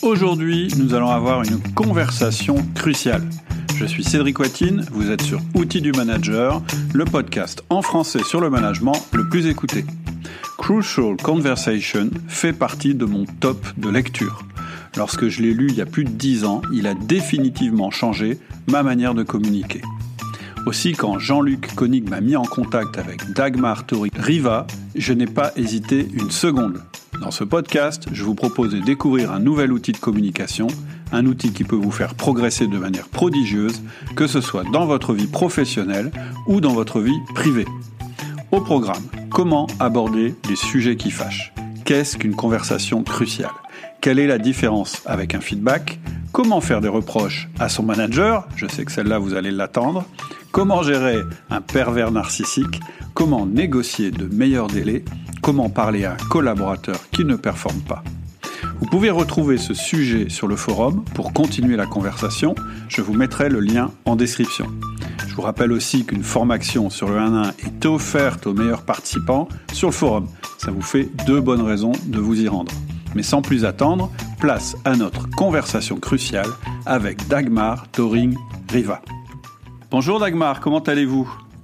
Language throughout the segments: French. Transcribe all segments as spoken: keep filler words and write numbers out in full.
Aujourd'hui, nous allons avoir une conversation cruciale. Je suis Cédric Watine, vous êtes sur Outils du Manager, le podcast en français sur le management le plus écouté. Crucial Conversation fait partie de mon top de lecture. Lorsque je l'ai lu il y a plus de dix ans, il a définitivement changé ma manière de communiquer. Aussi, quand Jean-Luc Koenig m'a mis en contact avec Dagmar Tori-Riva, je n'ai pas hésité une seconde. Dans ce podcast, je vous propose de découvrir un nouvel outil de communication, un outil qui peut vous faire progresser de manière prodigieuse, que ce soit dans votre vie professionnelle ou dans votre vie privée. Au programme, comment aborder les sujets qui fâchent ? Qu'est-ce qu'une conversation cruciale ? Quelle est la différence avec un feedback ? Comment faire des reproches à son manager ? Je sais que celle-là, vous allez l'attendre. Comment gérer un pervers narcissique ? Comment négocier de meilleurs délais ? Comment parler à un collaborateur qui ne performe pas ? Vous pouvez retrouver ce sujet sur le forum pour continuer la conversation. Je vous mettrai le lien en description. Je vous rappelle aussi qu'une formation sur le un à un est offerte aux meilleurs participants sur le forum. Ça vous fait deux bonnes raisons de vous y rendre. Mais sans plus attendre, place à notre conversation cruciale avec Dagmar Tori-Riva. Bonjour Dagmar, comment allez-vous ?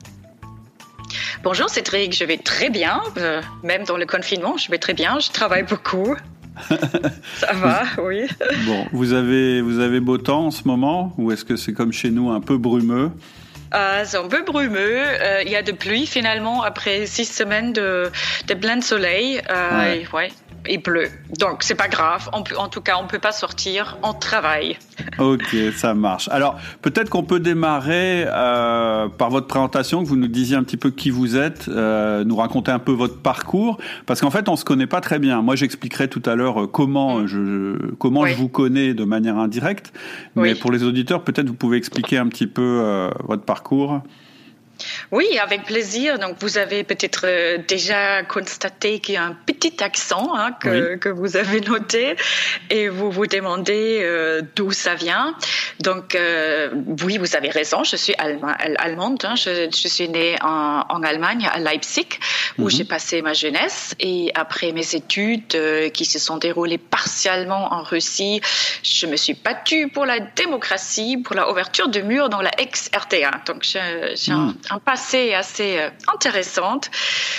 Bonjour Cédric, je vais très bien, euh, même dans le confinement, je vais très bien, je travaille beaucoup. Ça va, oui. Bon, vous avez, vous avez beau temps en ce moment, ou est-ce que c'est comme chez nous un peu brumeux ? Euh, c'est un peu brumeux, euh, il y a de pluie finalement après six semaines de, de plein soleil, euh, ouais. Et, ouais, il pleut, donc c'est pas grave, on peut, en tout cas on peut pas sortir, on travaille. Ok, ça marche. Alors peut-être qu'on peut démarrer euh, par votre présentation, que vous nous disiez un petit peu qui vous êtes, euh, nous raconter un peu votre parcours, parce qu'en fait on se connaît pas très bien. Moi j'expliquerai tout à l'heure comment mmh. je comment oui. je vous connais de manière indirecte, mais oui. pour les auditeurs peut-être vous pouvez expliquer un petit peu euh, votre parcours. Oui, avec plaisir. Donc, vous avez peut-être euh, déjà constaté qu'il y a un petit accent hein, que, oui. que vous avez noté et vous vous demandez euh, d'où ça vient. Donc, euh, oui, vous avez raison. Je suis allema- allemande. Hein. Je, je suis née en, en Allemagne, à Leipzig, où mm-hmm. j'ai passé ma jeunesse. Et après mes études euh, qui se sont déroulées partiellement en Russie, je me suis battue pour la démocratie, pour la ouverture de murs dans la ex-R T A. Donc, j'ai, j'ai mm. un un passé assez euh, intéressante.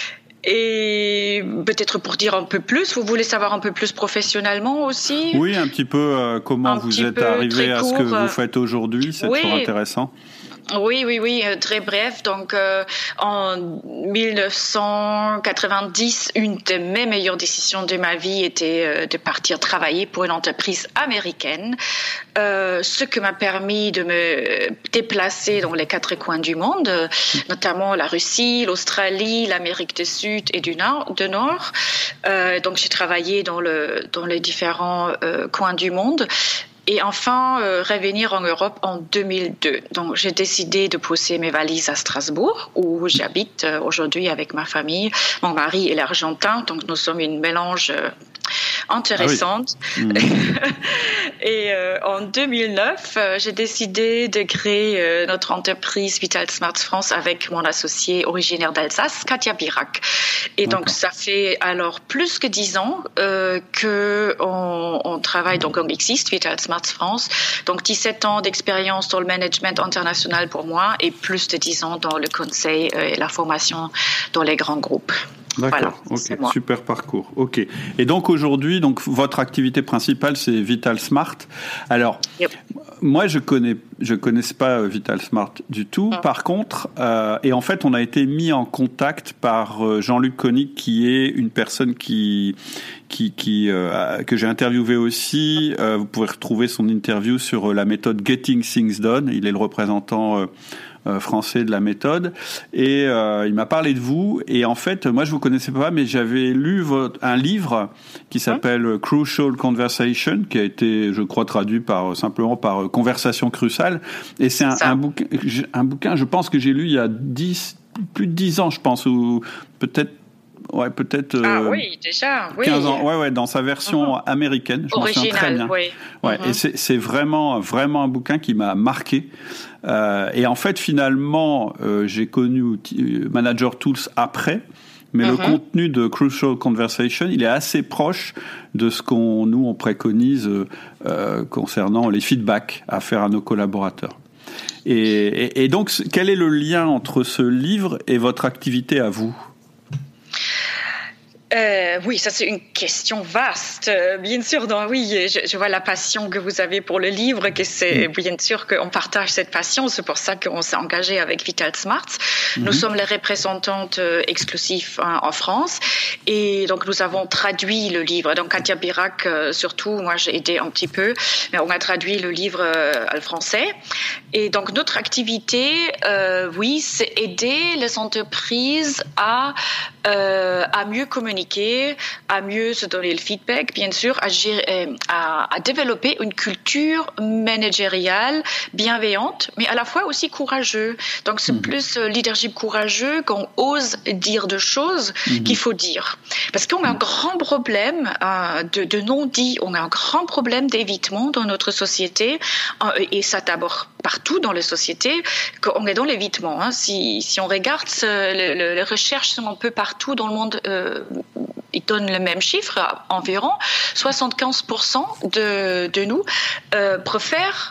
Et peut-être pour dire un peu plus, vous voulez savoir un peu plus professionnellement aussi ? Oui, un petit peu euh, comment un vous êtes arrivé à ce que vous faites aujourd'hui, c'est oui. toujours intéressant. Oui, oui, oui, très bref. Donc, euh, en dix-neuf cent quatre-vingt-dix, une de mes meilleures décisions de ma vie était euh, de partir travailler pour une entreprise américaine, euh, ce qui m'a permis de me déplacer dans les quatre coins du monde, notamment la Russie, l'Australie, l'Amérique du Sud et du Nord. Du Nord. Euh, donc, j'ai travaillé dans le dans les différents euh, coins du monde. Et enfin, euh, revenir en Europe en deux mille deux. Donc, j'ai décidé de poser mes valises à Strasbourg, où j'habite euh, aujourd'hui avec ma famille. Mon mari est l'Argentin, donc nous sommes une mélange euh, intéressante. Ah oui. Mmh. Et euh, en deux mille neuf, euh, j'ai décidé de créer euh, notre entreprise Vital Smart France avec mon associé originaire d'Alsace, Katia Birac. Et donc, D'accord. ça fait alors plus que dix ans euh, qu'on on travaille, donc on existe, Vital Smart France. Donc, dix-sept ans d'expérience dans le management international pour moi et plus de dix ans dans le conseil euh, et la formation dans les grands groupes. D'accord, voilà, ok, super parcours. Ok. Et donc aujourd'hui, donc votre activité principale c'est Vital Smart. Alors, yep. moi je connais, je connaissais pas Vital Smart du tout. Mm. Par contre, euh, et en fait, on a été mis en contact par Jean-Luc Koenig, qui est une personne qui, qui, qui euh, que j'ai interviewé aussi. Euh, vous pouvez retrouver son interview sur la méthode Getting Things Done. Il est le représentant. Euh, français de la méthode et euh, il m'a parlé de vous et en fait moi je vous connaissais pas mais j'avais lu votre, un livre qui s'appelle hein? Crucial Conversation qui a été je crois traduit par simplement par Conversation cruciale et c'est un, un bouquin un bouquin je pense que j'ai lu il y a dix plus de dix ans je pense ou peut-être Ouais, peut-être. Euh, ah oui, déjà, oui. quinze ans. Ouais, ouais, dans sa version uh-huh. américaine. Je m'en souviens très bien. Oui. Ouais, uh-huh. et c'est, c'est vraiment, vraiment un bouquin qui m'a marqué. Euh, et en fait, finalement, euh, j'ai connu Manager Tools après. mais mm-hmm. le contenu de Crucial Conversation, il est assez proche de ce qu'on nous on préconise euh, concernant les feedbacks à faire à nos collaborateurs. Et, et, et donc, quel est le lien entre ce livre et votre activité à vous ? Euh, oui, ça c'est une question vaste. Euh, bien sûr, donc, oui, je, je vois la passion que vous avez pour le livre, que c'est bien sûr qu'on partage cette passion. C'est pour ça qu'on s'est engagé avec Vital Smart. Mm-hmm. Nous sommes les représentantes euh, exclusives hein, en France, et donc nous avons traduit le livre. Donc Katia Birac, euh, surtout, moi j'ai aidé un petit peu, mais on a traduit le livre euh, en français. Et donc notre activité, euh, oui, c'est aider les entreprises à euh, à mieux communiquer, à mieux se donner le feedback, bien sûr, à, gérer, à, à développer une culture managériale bienveillante, mais à la fois aussi courageuse. Donc, c'est mmh. plus euh, leadership courageux qu'on ose dire de choses mmh. qu'il faut dire. Parce qu'on a un grand problème euh, de, de non-dit, on a un grand problème d'évitement dans notre société, euh, et ça d'abord partout dans les sociétés, qu'on est dans l'évitement. Hein. Si, si on regarde euh, les, les recherches sont un peu partout dans le monde, euh, ils donnent le même chiffre, environ soixante-quinze pour cent de, de nous euh, préfèrent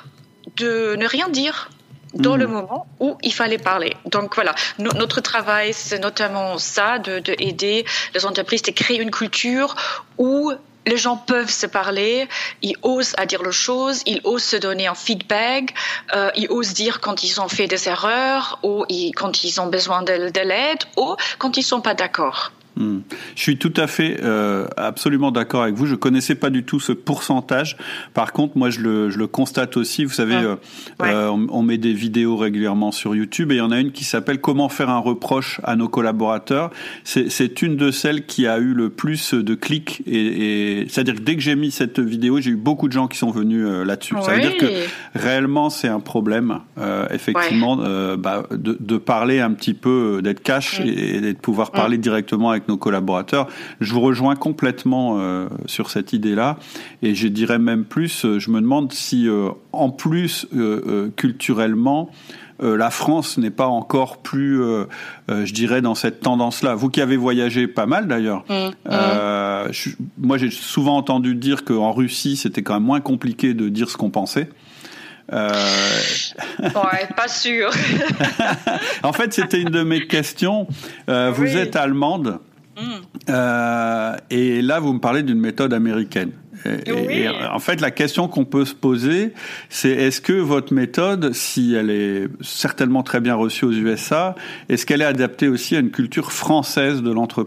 de ne rien dire dans mmh. le moment où il fallait parler. Donc voilà, no- notre travail, c'est notamment ça, de, de aider les entreprises à créer une culture où les gens peuvent se parler, ils osent à dire les choses, ils osent se donner un feedback, euh, ils osent dire quand ils ont fait des erreurs, ou ils, quand ils ont besoin de, de l'aide, ou quand ils sont pas d'accord. Mmh. Je suis tout à fait, euh, absolument d'accord avec vous. Je connaissais pas du tout ce pourcentage. Par contre, moi, je le, je le constate aussi. Vous savez, euh, ouais. euh, on, on met des vidéos régulièrement sur YouTube, et il y en a une qui s'appelle Comment faire un reproche à nos collaborateurs. C'est, c'est une de celles qui a eu le plus de clics, et, et c'est-à-dire que dès que j'ai mis cette vidéo, j'ai eu beaucoup de gens qui sont venus euh, là-dessus. Ouais. Ça veut dire que réellement, c'est un problème, euh, effectivement, ouais. euh, bah, de, de parler un petit peu, d'être cash ouais. et, et de pouvoir parler ouais. directement avec nos collaborateurs. Je vous rejoins complètement euh, sur cette idée-là, et je dirais même plus, euh, je me demande si euh, en plus euh, euh, culturellement euh, la France n'est pas encore plus euh, euh, je dirais dans cette tendance-là. Vous qui avez voyagé pas mal d'ailleurs, mmh, euh, mmh. Je, moi j'ai souvent entendu dire qu'en Russie c'était quand même moins compliqué de dire ce qu'on pensait. Euh... Ouais, pas sûr. En fait, c'était une de mes questions. Euh, vous oui. êtes allemande, mm. euh, et là, vous me parlez d'une méthode américaine. Et, oui. et en fait, la question qu'on peut se poser, c'est est-ce que votre méthode, si elle est certainement très bien reçue aux U S A, est-ce qu'elle est adaptée aussi à une culture française de l'entreprise ?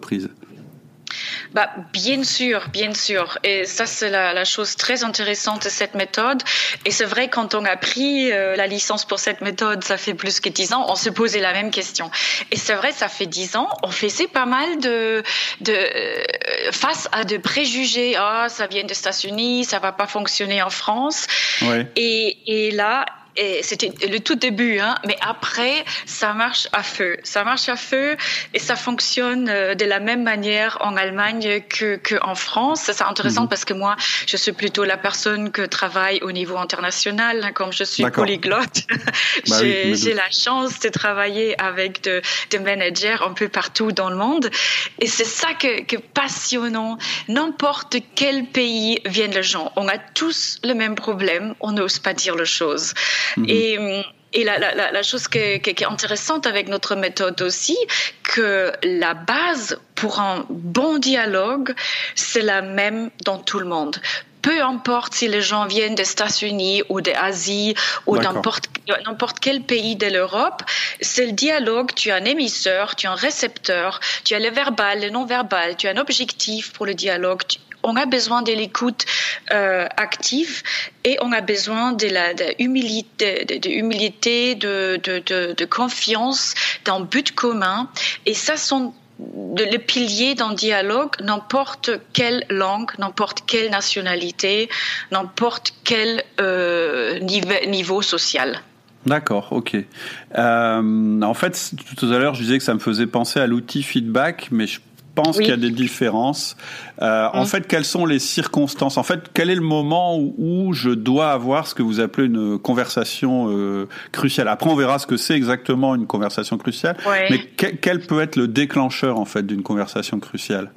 Bah, bien sûr, bien sûr. Et ça, c'est la, la chose très intéressante de cette méthode. Et c'est vrai, quand on a pris euh, la licence pour cette méthode, ça fait plus que dix ans, on se posait la même question. Et c'est vrai, ça fait dix ans, on faisait pas mal de, de euh, face à de préjugés. Ah, oh, ça vient des États-Unis, ça va pas fonctionner en France. Ouais. Et, et là, et c'était le tout début, hein, mais après, ça marche à feu. Ça marche à feu et ça fonctionne de la même manière en Allemagne que, que en France. C'est intéressant mmh. parce que moi, je suis plutôt la personne qui travaille au niveau international, hein, comme je suis D'accord. polyglotte. Bah j'ai, oui, j'ai la chance de travailler avec de, de managers un peu partout dans le monde. Et c'est ça que, que passionnant. N'importe quel pays viennent les gens. On a tous le même problème. On n'ose pas dire les choses. Mmh. Et, et la, la, la chose que, que, qui est intéressante avec notre méthode aussi, que la base pour un bon dialogue, c'est la même dans tout le monde. Peu importe si les gens viennent des États-Unis ou d'Asie ou n'importe, n'importe quel pays de l'Europe, c'est le dialogue. Tu as un émisseur, tu as un récepteur, tu as le verbal, le non-verbal, tu as un objectif pour le dialogue. Tu, On a besoin de l'écoute euh, active et on a besoin de la de humilité, de, de, humilité, de, de, de, de confiance, d'un but commun. Et ça sont les piliers d'un dialogue, n'importe quelle langue, n'importe quelle nationalité, n'importe quel euh, niveau, niveau social. D'accord, ok. Euh, en fait, tout à l'heure, je disais que ça me faisait penser à l'outil feedback, mais je pense oui. qu'il y a des différences. Euh, mmh. En fait, quelles sont les circonstances? En fait, quel est le moment où, où je dois avoir ce que vous appelez une conversation euh, cruciale? Après, on verra ce que c'est exactement une conversation cruciale. Ouais. Mais quel, quel peut être le déclencheur en fait d'une conversation cruciale?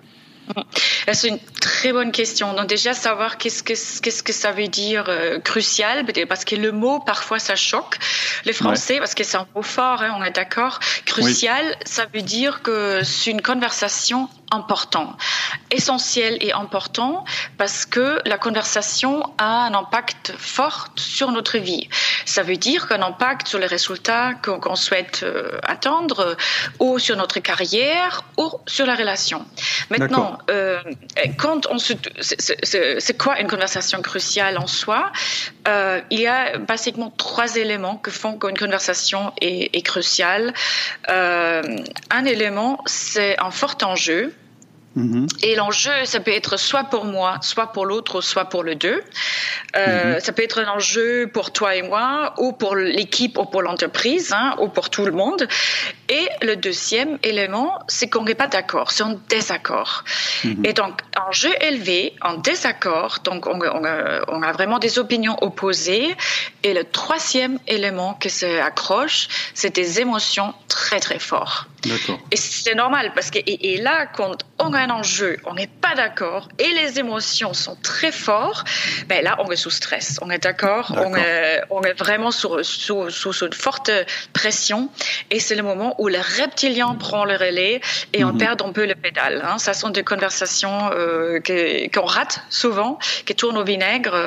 C'est une très bonne question. Donc déjà, savoir qu'est-ce que, qu'est-ce que ça veut dire euh, crucial, parce que le mot, parfois, ça choque les Français, ouais. parce que c'est un mot fort, hein, on est d'accord. Crucial, oui. ça veut dire que c'est une conversation important, essentiel et important, parce que la conversation a un impact fort sur notre vie. Ça veut dire qu'un impact sur les résultats qu'on, qu'on souhaite euh, atteindre, ou sur notre carrière, ou sur la relation. Maintenant, euh, quand on se, c'est, c'est, c'est quoi une conversation cruciale en soi? Euh, il y a basiquement trois éléments que font qu'une conversation est, est cruciale. Euh, un élément, c'est un fort enjeu. Mmh. Et l'enjeu, ça peut être soit pour moi, soit pour l'autre, soit pour les deux. Euh, mmh. Ça peut être un enjeu pour toi et moi, ou pour l'équipe, ou pour l'entreprise, hein, ou pour tout le monde. Et le deuxième élément, c'est qu'on n'est pas d'accord, c'est un désaccord. Mmh. Et donc, enjeu élevé, un désaccord, donc on, on, on a vraiment des opinions opposées. Et le troisième élément que ça accroche, c'est des émotions très très fortes. D'accord. Et c'est normal, parce que et, et là, quand on a un enjeu, on n'est pas d'accord, et les émotions sont très fortes, ben là, on est sous stress, on est d'accord, d'accord. On, est, on est vraiment sous, sous, sous une forte pression, et c'est le moment où le reptilien prend le relais, et mm-hmm. on perd un peu le pédale. Hein. Ça sont des conversations euh, que, qu'on rate souvent, qui tournent au vinaigre,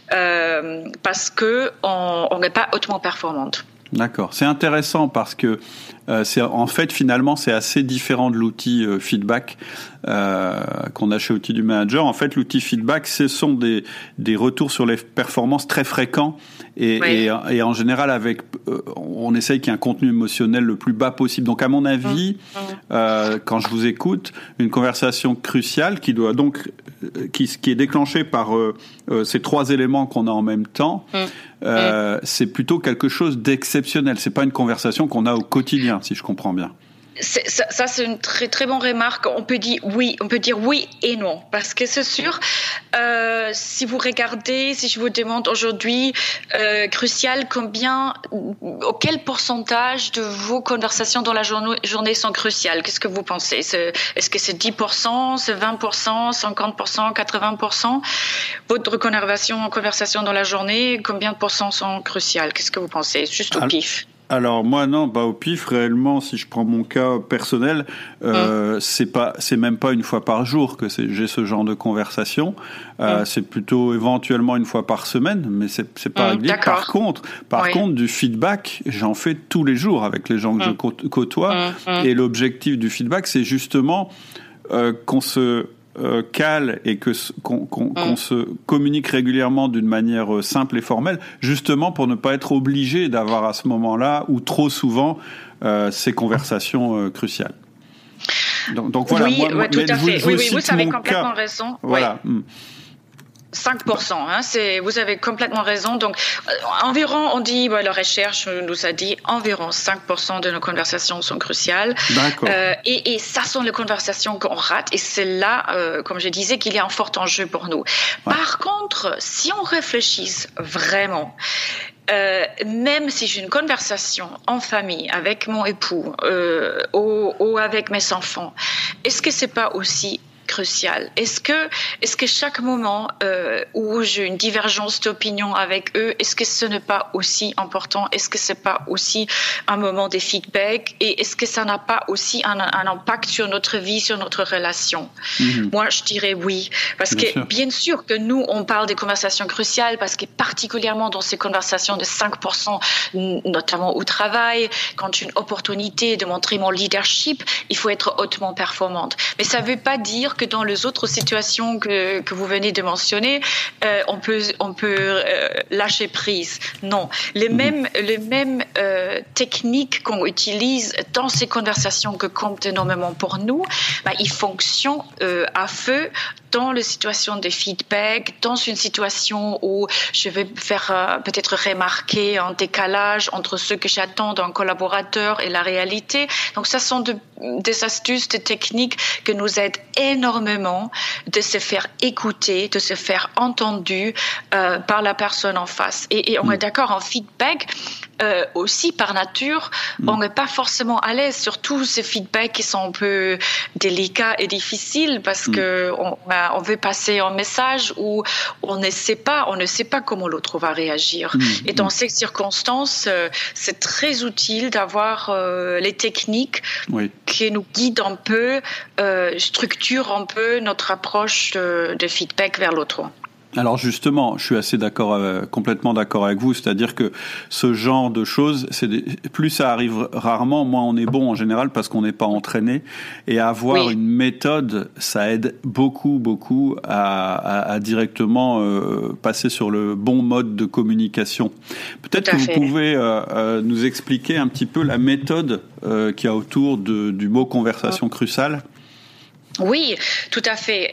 euh, parce qu'on n'est pas hautement performante. D'accord. C'est intéressant parce que euh, c'est en fait finalement c'est assez différent de l'outil euh, feedback euh, qu'on a chez Outils du Manager. En fait, l'outil feedback, ce sont des des retours sur les performances très fréquents et, oui. et, et en général avec euh, on essaye qu'il y ait un contenu émotionnel le plus bas possible. Donc à mon avis, mmh. euh, quand je vous écoute, une conversation cruciale qui doit donc qui qui est déclenchée par euh, euh, ces trois éléments qu'on a en même temps. Mmh. Euh, mmh. C'est plutôt quelque chose d'exceptionnel. C'est pas une conversation qu'on a au quotidien, si je comprends bien. C'est, ça, ça, c'est une très très bonne remarque. On peut dire oui, on peut dire oui et non, parce que c'est sûr. Euh, si vous regardez, si je vous demande aujourd'hui, euh, crucial, combien, quel pourcentage de vos conversations dans la journée, journée sont cruciales? Qu'est-ce que vous pensez? C'est, est-ce que c'est dix pour cent, c'est vingt pour cent, cinquante pour cent, quatre-vingts pour cent? Votre conversation, conversation dans la journée, combien de pourcents sont cruciales? Qu'est-ce que vous pensez? Juste au pif. Alors moi non, pas au pif. Réellement, si je prends mon cas personnel, euh, mmh. c'est pas, c'est même pas une fois par jour que c'est, j'ai ce genre de conversation. Euh, mmh. C'est plutôt éventuellement une fois par semaine, mais c'est, c'est pas mmh, régulier. D'accord. Par contre, par oui. contre, du feedback, j'en fais tous les jours avec les gens que mmh. je côtoie. Mmh. Et l'objectif du feedback, c'est justement euh, qu'on se Euh, cale et que qu'on, qu'on, mmh. qu'on se communique régulièrement d'une manière euh, simple et formelle, justement pour ne pas être obligé d'avoir à ce moment-là ou trop souvent euh, ces conversations euh, cruciales. Donc, donc voilà. Oui, moi, ouais, tout à vous, fait. vous oui, oui, vous avez complètement cas. raison. Voilà. Oui. cinq pour cent, hein, c'est, vous avez complètement raison. Donc, euh, environ, on dit, bah, la recherche nous a dit, environ cinq pour cent de nos conversations sont cruciales. D'accord. Euh, et, et ça sont les conversations qu'on rate. Et c'est là, euh, comme je disais, qu'il y a un fort enjeu pour nous. Ouais. Par contre, si on réfléchit vraiment, Euh, même si j'ai une conversation en famille avec mon époux euh, ou, ou avec mes enfants, est-ce que c'est pas aussi crucial? Est-ce que, est-ce que chaque moment euh, où j'ai une divergence d'opinion avec eux, est-ce que ce n'est pas aussi important? Est-ce que c'est pas aussi un moment de feedback? Et est-ce que ça n'a pas aussi un, un impact sur notre vie, sur notre relation? Mm-hmm. Moi, je dirais oui. Parce bien que, sûr. bien sûr que nous, on parle des conversations cruciales parce que particulièrement dans ces conversations de cinq pour cent, notamment au travail, quand j'ai une opportunité de montrer mon leadership, il faut être hautement performante. Mais ça ne veut pas dire que dans les autres situations que, que vous venez de mentionner, euh, on peut, on peut euh, lâcher prise. Non. Les mmh. mêmes, les mêmes euh, techniques qu'on utilise dans ces conversations que comptent énormément pour nous, bah, ils fonctionnent euh, à feu dans les situations de feedback, dans une situation où je vais faire euh, peut-être remarquer un décalage entre ce que j'attends d'un collaborateur et la réalité. Donc, ça sont de, des astuces, des techniques qui nous aident énormément de se faire écouter, de se faire entendre euh, par la personne en face. Et, et on mmh. est d'accord, en feedback, euh, aussi par nature, mmh. on n'est pas forcément à l'aise, surtout ces feedbacks qui sont un peu délicats et difficiles parce mmh. que on, bah, on veut passer un message où on ne sait pas, on ne sait pas comment l'autre va réagir. Mmh. Et dans mmh. ces circonstances, euh, c'est très utile d'avoir euh, les techniques oui. qui nous guident un peu, euh, structurent un peu notre approche de, de feedback vers l'autre. Alors justement, je suis assez d'accord, euh, complètement d'accord avec vous. C'est-à-dire que ce genre de choses, c'est des, plus ça arrive rarement, moins on est bon en général parce qu'on n'est pas entraîné. Et avoir oui. une méthode, ça aide beaucoup, beaucoup à, à, à directement euh, passer sur le bon mode de communication. Peut-être que vous pouvez euh, euh, nous expliquer un petit peu la méthode euh, qu'il y a autour de, du mot conversation cruciale. Oui, tout à fait.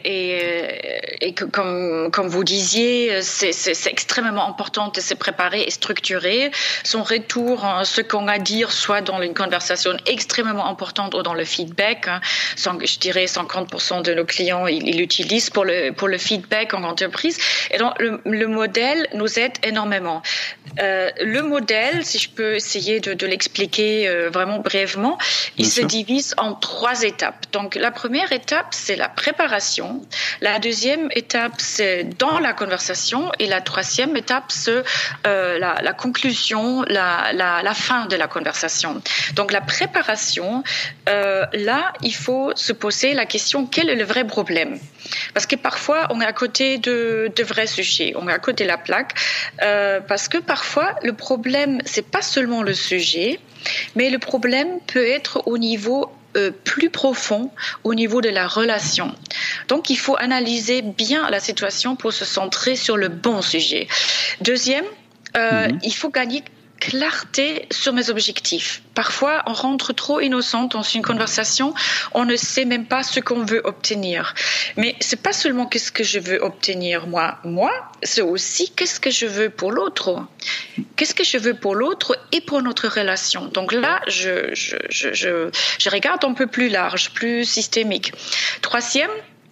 Et, et que, comme, comme vous disiez, c'est, c'est, c'est extrêmement important de se préparer et structurer son retour, hein, ce qu'on a à dire, soit dans une conversation extrêmement importante ou dans le feedback. Hein. Je dirais cinquante pour cent de nos clients, ils, ils l'utilisent pour le, pour le feedback en entreprise. Et donc, le, le modèle nous aide énormément. Euh, le modèle, si je peux essayer de, de l'expliquer euh, vraiment brièvement, il Bien se sûr. divise en trois étapes. Donc, la première étape, c'est la préparation. La deuxième étape, c'est dans la conversation. Et la troisième étape, c'est euh, la, la conclusion, la, la, la fin de la conversation. Donc, la préparation, euh, là, il faut se poser la question, quel est le vrai problème ? Parce que parfois, on est à côté de, de vrais sujets. On est à côté de la plaque. Euh, parce que parfois, le problème, c'est pas seulement le sujet, mais le problème peut être au niveau Euh, plus profond au niveau de la relation. Donc, il faut analyser bien la situation pour se centrer sur le bon sujet. Deuxième, euh, mmh. il faut gagner clarté sur mes objectifs. Parfois, on rentre trop innocent dans une conversation, on ne sait même pas ce qu'on veut obtenir. Mais c'est pas seulement qu'est-ce que je veux obtenir moi, moi, c'est aussi qu'est-ce que je veux pour l'autre. Qu'est-ce que je veux pour l'autre et pour notre relation. Donc là, je, je, je, je, je regarde un peu plus large, plus systémique. Troisième,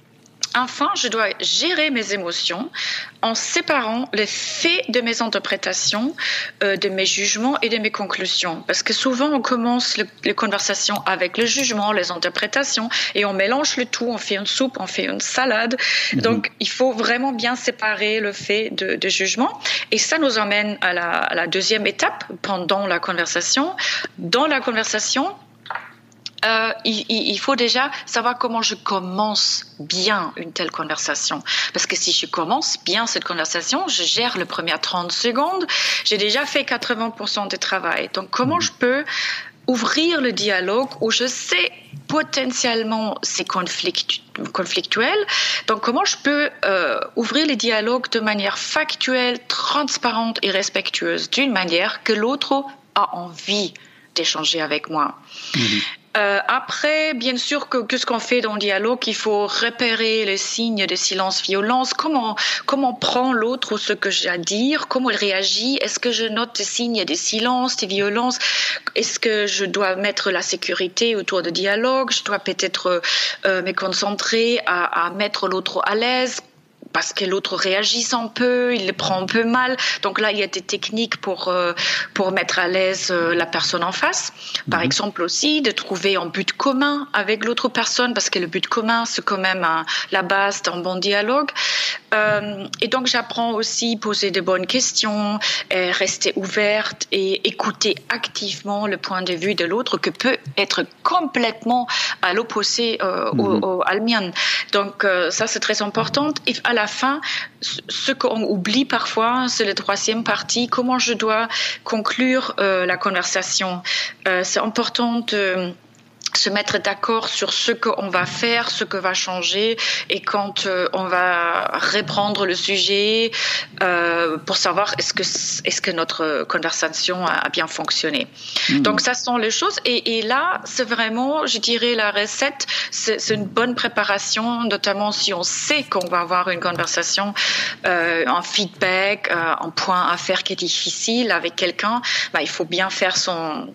enfin, je dois gérer mes émotions en séparant les faits de mes interprétations, euh, de mes jugements et de mes conclusions. Parce que souvent, on commence le, les conversations avec le jugement, les interprétations, et on mélange le tout, on fait une soupe, on fait une salade. Mmh. Donc, il faut vraiment bien séparer le fait de, de jugement. Et ça nous emmène à la, à la deuxième étape pendant la conversation. Dans la conversation, Euh, il, il faut déjà savoir comment je commence bien une telle conversation. Parce que si je commence bien cette conversation, je gère les premières trente secondes, j'ai déjà fait quatre-vingts pour cent du travail. Donc, comment je peux ouvrir le dialogue où je sais potentiellement c'est conflict, conflictuel. Donc, comment je peux euh, ouvrir le dialogue de manière factuelle, transparente et respectueuse, d'une manière que l'autre a envie d'échanger avec moi. Mmh. Euh, après, bien sûr, que, que ce qu'on fait dans le dialogue, il faut repérer les signes de silence, violence. Comment, comment prend l'autre ce que j'ai à dire? Comment il réagit? Est-ce que je note des signes de silence, de violence? Est-ce que je dois mettre la sécurité autour du dialogue? Je dois peut-être euh, me concentrer à, à mettre l'autre à l'aise, parce que l'autre réagisse un peu, il le prend un peu mal. Donc là, il y a des techniques pour euh, pour mettre à l'aise euh, la personne en face. Par mmh. exemple aussi, de trouver un but commun avec l'autre personne, parce que le but commun, c'est quand même un, la base d'un bon dialogue. Euh, et donc, j'apprends aussi poser de bonnes questions, et rester ouverte et écouter activement le point de vue de l'autre, qui peut être complètement à l'opposé euh, mmh. au, au, à le mien. Donc, euh, ça, c'est très important. Et à la fin, ce qu'on oublie parfois, c'est la troisième partie, comment je dois conclure euh, la conversation. Euh, c'est important de se mettre d'accord sur ce qu'on va faire, ce que va changer, et quand euh, on va reprendre le sujet euh, pour savoir est-ce que est-ce que notre conversation a, a bien fonctionné. Mmh. Donc ça sont les choses, et, et là c'est vraiment, je dirais, la recette, c'est, c'est une bonne préparation, notamment si on sait qu'on va avoir une conversation, euh, un feedback, euh, un point à faire qui est difficile avec quelqu'un. Bah, il faut bien faire son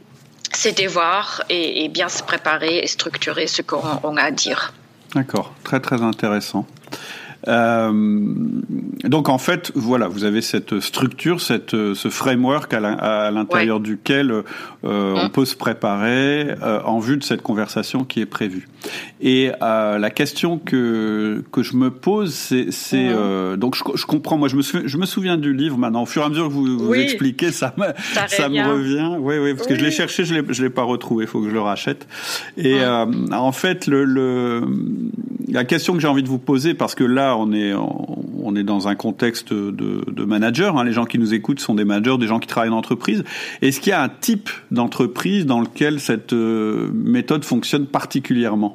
ses devoirs et, et bien se préparer et structurer ce qu'on on a à dire. D'accord, très très intéressant. Euh, donc en fait, voilà, vous avez cette structure, cette, ce framework à, la, à l'intérieur ouais. duquel euh, mmh. on peut se préparer euh, en vue de cette conversation qui est prévue. Et euh, la question que que je me pose, c'est, c'est mmh. euh, donc je, je comprends. Moi, je me souviens, je me souviens du livre maintenant. Au fur et à mesure que vous vous oui. expliquez, ça me ça, ça me revient. Oui, oui, parce oui. que je l'ai cherché, je l'ai je l'ai pas retrouvé. Il faut que je le rachète. Et mmh. euh, en fait, le, le la question que j'ai envie de vous poser, parce que là, on est on est dans un contexte de, de manager. Hein. Les gens qui nous écoutent sont des managers, des gens qui travaillent en entreprise. Est-ce qu'il y a un type d'entreprise dans lequel cette euh, méthode fonctionne particulièrement?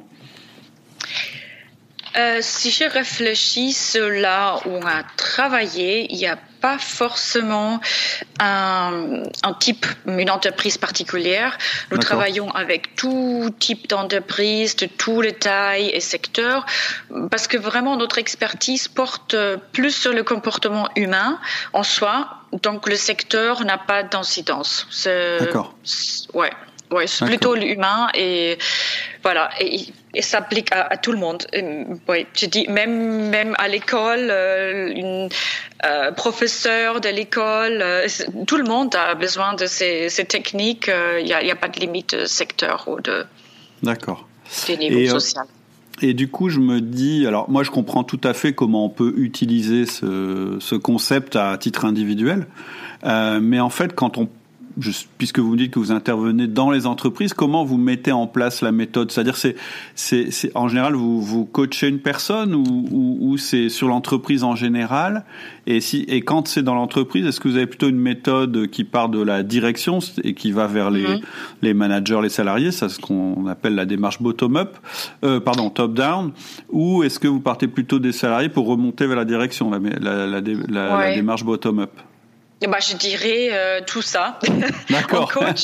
Euh, si je réfléchis sur là où on a travaillé, il n'y a pas forcément un, un type, une entreprise particulière. Nous D'accord. travaillons avec tout type d'entreprise, de tous les tailles et secteurs, parce que vraiment notre expertise porte plus sur le comportement humain en soi. Donc le secteur n'a pas d'incidence. C'est, D'accord. C'est, ouais. Ouais, c'est D'accord. plutôt l'humain et voilà, et, et ça s'applique à, à tout le monde. Et, ouais, je dis même même à l'école, euh, une euh, professeur de l'école, euh, tout le monde a besoin de ces, ces techniques. Il euh, y a, y a pas de limite de secteur ou de. D'accord. De niveau et, social. Et du coup, je me dis, alors moi, je comprends tout à fait comment on peut utiliser ce, ce concept à titre individuel, euh, mais en fait, quand on Je, puisque vous me dites que vous intervenez dans les entreprises, comment vous mettez en place la méthode? C'est-à-dire, c'est, c'est, c'est en général, vous, vous coachez une personne ou, ou, ou c'est sur l'entreprise en général? Et si, et quand c'est dans l'entreprise, est-ce que vous avez plutôt une méthode qui part de la direction et qui va vers les, mmh. les managers, les salariés? C'est ce qu'on appelle la démarche bottom-up, euh, pardon, top-down. Ou est-ce que vous partez plutôt des salariés pour remonter vers la direction, la, la, la, la, ouais. la démarche bottom-up? Bah, je dirais euh, tout ça. D'accord. En coach.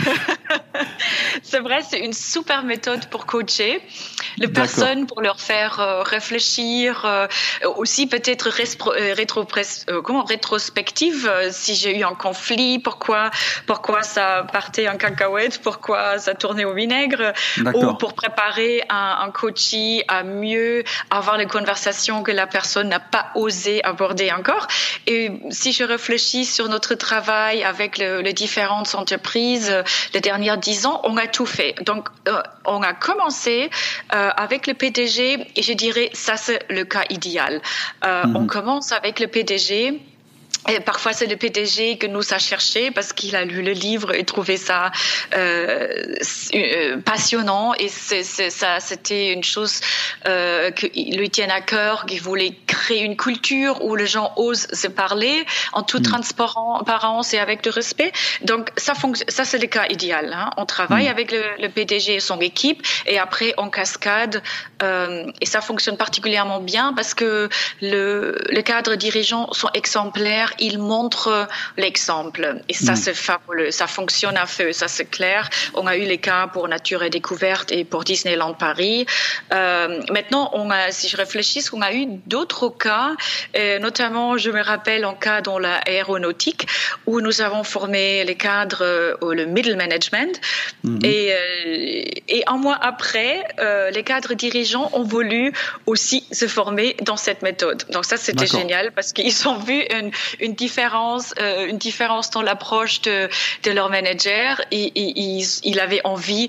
C'est vrai, c'est une super méthode pour coacher les D'accord. personnes, pour leur faire euh, réfléchir, euh, aussi peut-être respro- euh, rétro- euh, comment, rétrospective, euh, si j'ai eu un conflit, pourquoi, pourquoi ça partait en cacahuète, pourquoi ça tournait au vinaigre, D'accord. ou pour préparer un, un coachee à mieux avoir les conversations que la personne n'a pas osé aborder encore. Et si je réfléchis sur notre travail avec le, les différentes entreprises euh, les dernières dix ans, on a tout fait. Donc, euh, on a commencé euh, avec le P D G et je dirais ça c'est le cas idéal. Euh, mm-hmm. On commence avec le P D G. Et parfois, c'est le P D G que nous a cherché parce qu'il a lu le livre et trouvé ça euh, passionnant. Et c'est, c'est, ça, c'était une chose euh, qui lui tient à cœur, qu'il voulait créer une culture où les gens osent se parler en toute mmh. transparence et avec du respect. Donc, ça, fonc- ça c'est le cas idéal. Hein. On travaille mmh. avec le, le P D G et son équipe et après, on cascade. Euh, et ça fonctionne particulièrement bien parce que le, le cadre dirigeants sont exemplaires. Il montre l'exemple et ça mmh. c'est fabuleux, ça fonctionne à feu, ça c'est clair. On a eu les cas pour Nature et Découverte et pour Disneyland Paris. Euh, maintenant, on a, si je réfléchis, on a eu d'autres cas, euh, notamment je me rappelle un cas dans l'aéronautique où nous avons formé les cadres euh, le middle management mmh. et, euh, et un mois après, euh, les cadres dirigeants ont voulu aussi se former dans cette méthode. Donc ça c'était D'accord. génial parce qu'ils ont vu une une différence, euh, une différence dans l'approche de, de leur manager et, et ils, ils avaient envie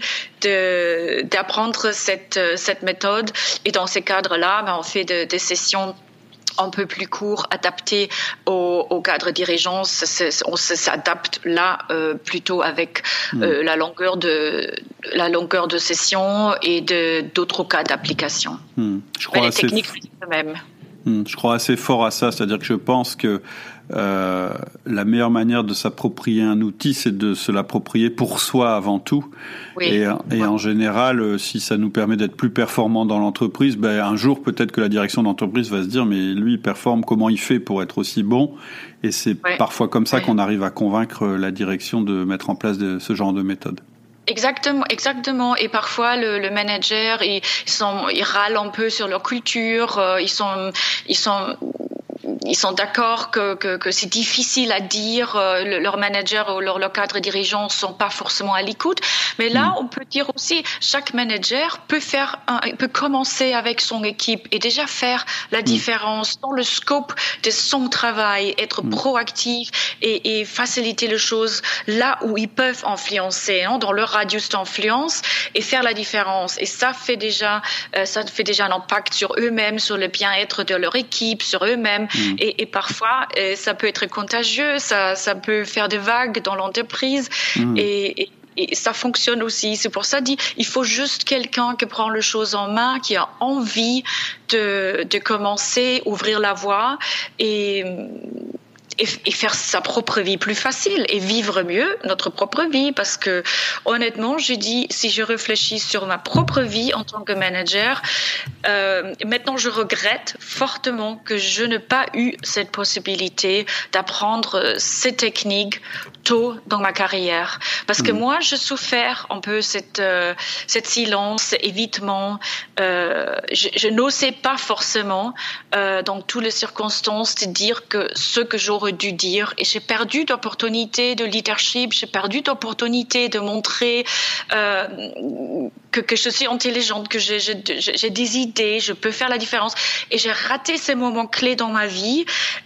de, d'apprendre cette, cette méthode. Et dans ces cadres-là, ben, on fait de, des sessions un peu plus courtes, adaptées au, au cadre dirigeant. On s'adapte là euh, plutôt avec euh, mmh. la longueur de la longueur de session et de d'autres cas d'application. Mmh. Je crois Mais les assez techniques f... sont les mêmes. Mmh. Je crois assez fort à ça, c'est-à-dire que je pense que Euh, la meilleure manière de s'approprier un outil, c'est de se l'approprier pour soi avant tout. Oui. Et, et en général, si ça nous permet d'être plus performants dans l'entreprise, ben un jour peut-être que la direction de l'entreprise va se dire mais lui il performe, comment il fait pour être aussi bon? Et c'est oui. parfois comme ça oui. qu'on arrive à convaincre la direction de mettre en place de, ce genre de méthode. Exactement, exactement. Et parfois le, le manager, ils sont, ils râlent un peu sur leur culture. Ils sont, ils sont ils sont d'accord que, que, que c'est difficile à dire, euh, le, leur manager ou leur, leur cadre dirigeant sont pas forcément à l'écoute. Mais là, mmh. on peut dire aussi, chaque manager peut faire, un, peut commencer avec son équipe et déjà faire la différence mmh. dans le scope de son travail, être mmh. proactif et, et faciliter les choses là où ils peuvent influencer, hein, dans leur radius d'influence et faire la différence. Et ça fait déjà, euh, ça fait déjà un impact sur eux-mêmes, sur le bien-être de leur équipe, sur eux-mêmes. Mmh. Et, et parfois, euh, ça peut être contagieux, ça, ça peut faire des vagues dans l'entreprise. Mmh. Et, et Et ça fonctionne aussi. C'est pour ça dit, il faut juste quelqu'un qui prend les choses en main, qui a envie de, de commencer, ouvrir la voie et, et, et faire sa propre vie plus facile et vivre mieux notre propre vie. Parce que honnêtement, je dis, si je réfléchis sur ma propre vie en tant que manager, euh, maintenant je regrette fortement que je n'ai pas eu cette possibilité d'apprendre ces techniques tôt dans ma carrière. Parce que mmh. moi, je souffert un peu cette, euh, cette silence, évitement. Euh, je, je n'osais pas forcément, euh, dans toutes les circonstances, de dire que ce que j'aurais dû dire. Et j'ai perdu d'opportunités de leadership, j'ai perdu d'opportunités de montrer euh, que, que je suis intelligente, que j'ai, j'ai, j'ai des idées, je peux faire la différence. Et j'ai raté ces moments clés dans ma vie.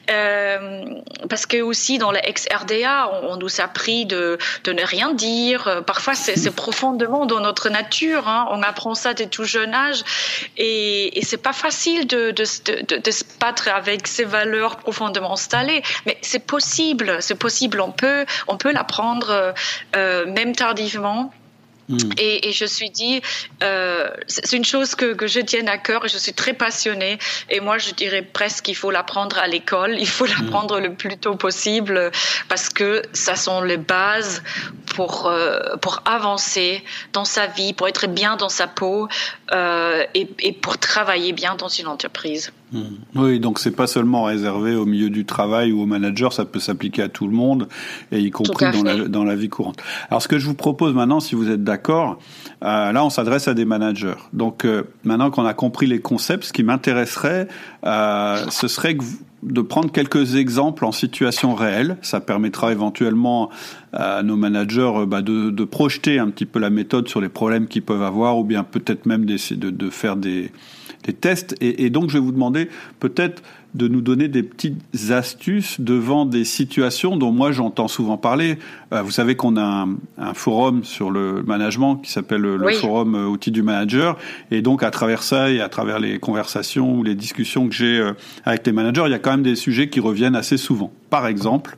Euh, parce que aussi, dans la ex-R D A, on, on nous a appris de, de ne rien dire. Parfois, c'est, c'est profondément dans notre nature. Hein. On apprend ça dès tout jeune âge. Et, et c'est pas facile de, de, de, de se battre avec ces valeurs profondément installées. Mais c'est possible. C'est possible. On peut, on peut l'apprendre, euh, même tardivement. Mmh. Et, et je suis dit, euh, c'est une chose que, que je tienne à cœur et je suis très passionnée. Et moi, je dirais presque qu'il faut l'apprendre à l'école. Il faut l'apprendre mmh. le plus tôt possible parce que ça sont les bases pour euh, pour avancer dans sa vie, pour être bien dans sa peau euh, et, et pour travailler bien dans une entreprise. Mmh. Oui, donc c'est pas seulement réservé au milieu du travail ou au manager, ça peut s'appliquer à tout le monde, et y compris dans la, dans la vie courante. Alors ce que je vous propose maintenant, si vous êtes d'accord, euh, là on s'adresse à des managers. Donc euh, maintenant qu'on a compris les concepts, ce qui m'intéresserait, euh, ce serait que vous, de prendre quelques exemples en situation réelle. Ça permettra éventuellement à nos managers bah, de, de projeter un petit peu la méthode sur les problèmes qu'ils peuvent avoir, ou bien peut-être même d'essayer de, de faire des des tests, et, et donc je vais vous demander peut-être de nous donner des petites astuces devant des situations dont moi j'entends souvent parler. Euh, vous savez qu'on a un, un forum sur le management qui s'appelle le oui. forum euh, outils du manager, et donc à travers ça et à travers les conversations ou les discussions que j'ai euh, avec les managers, il y a quand même des sujets qui reviennent assez souvent. Par exemple,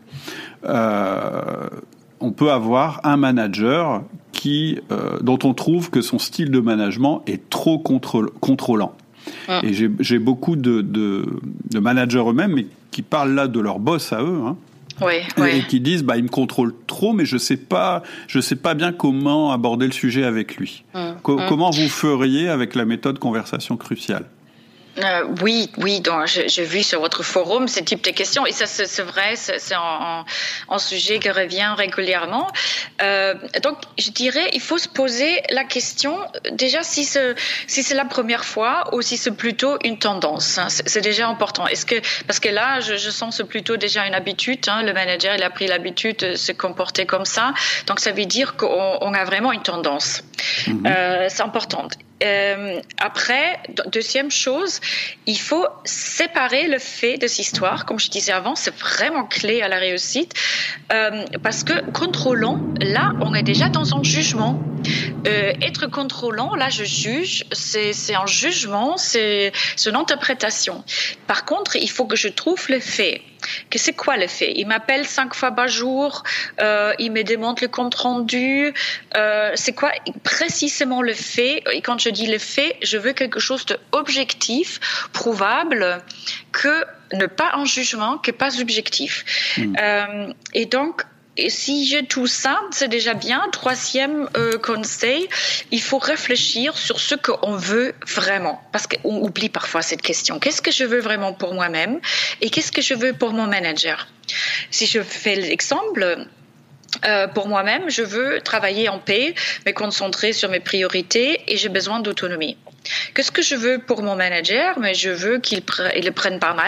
euh, on peut avoir un manager qui, euh, dont on trouve que son style de management est trop contrôle, contrôlant. Mmh. Et j'ai, j'ai beaucoup de, de, de managers eux-mêmes, mais qui parlent là de leur boss à eux, hein, oui, et, oui. et qui disent bah, « il me contrôle trop, mais je sais pas, je sais pas bien comment aborder le sujet avec lui. Mmh. Co- mmh. Comment vous feriez avec la méthode conversation cruciale ?» Euh, oui, oui, donc j'ai, j'ai vu sur votre forum ce type de questions, et ça c'est, c'est vrai, c'est, c'est un, un sujet qui revient régulièrement. Euh, donc je dirais, il faut se poser la question déjà si c'est si c'est la première fois ou si c'est plutôt une tendance. Hein, c'est, c'est déjà important. Est-ce que parce que là, je, je sens que c'est plutôt déjà une habitude. Hein, le manager, il a pris l'habitude de se comporter comme ça, donc ça veut dire qu'on on a vraiment une tendance. Mmh. Euh, c'est important. Euh, après, deuxième chose, il faut séparer le fait de cette histoire. Comme je disais avant, c'est vraiment clé à la réussite, euh, parce que contrôlant, là, on est déjà dans un jugement. Euh, être contrôlant, là, je juge, c'est, c'est un jugement, c'est, c'est une interprétation. Par contre, il faut que je trouve le fait. Que c'est quoi le fait? Il m'appelle cinq fois par jour, euh, il me demande le compte rendu. Euh, c'est quoi précisément le fait? Et quand je dis le fait, je veux quelque chose d'objectif, prouvable, que ne pas un jugement, que pas subjectif. Mmh. Euh, et donc, et si j'ai tout ça, c'est déjà bien. Troisième euh, conseil, il faut réfléchir sur ce qu'on veut vraiment. Parce qu'on oublie parfois cette question. Qu'est-ce que je veux vraiment pour moi-même et qu'est-ce que je veux pour mon manager? Si je fais l'exemple, euh, pour moi-même, je veux travailler en paix, me concentrer sur mes priorités et j'ai besoin d'autonomie. Qu'est-ce que je veux pour mon manager? Mais je veux qu'il pre- il le prenne pas mal.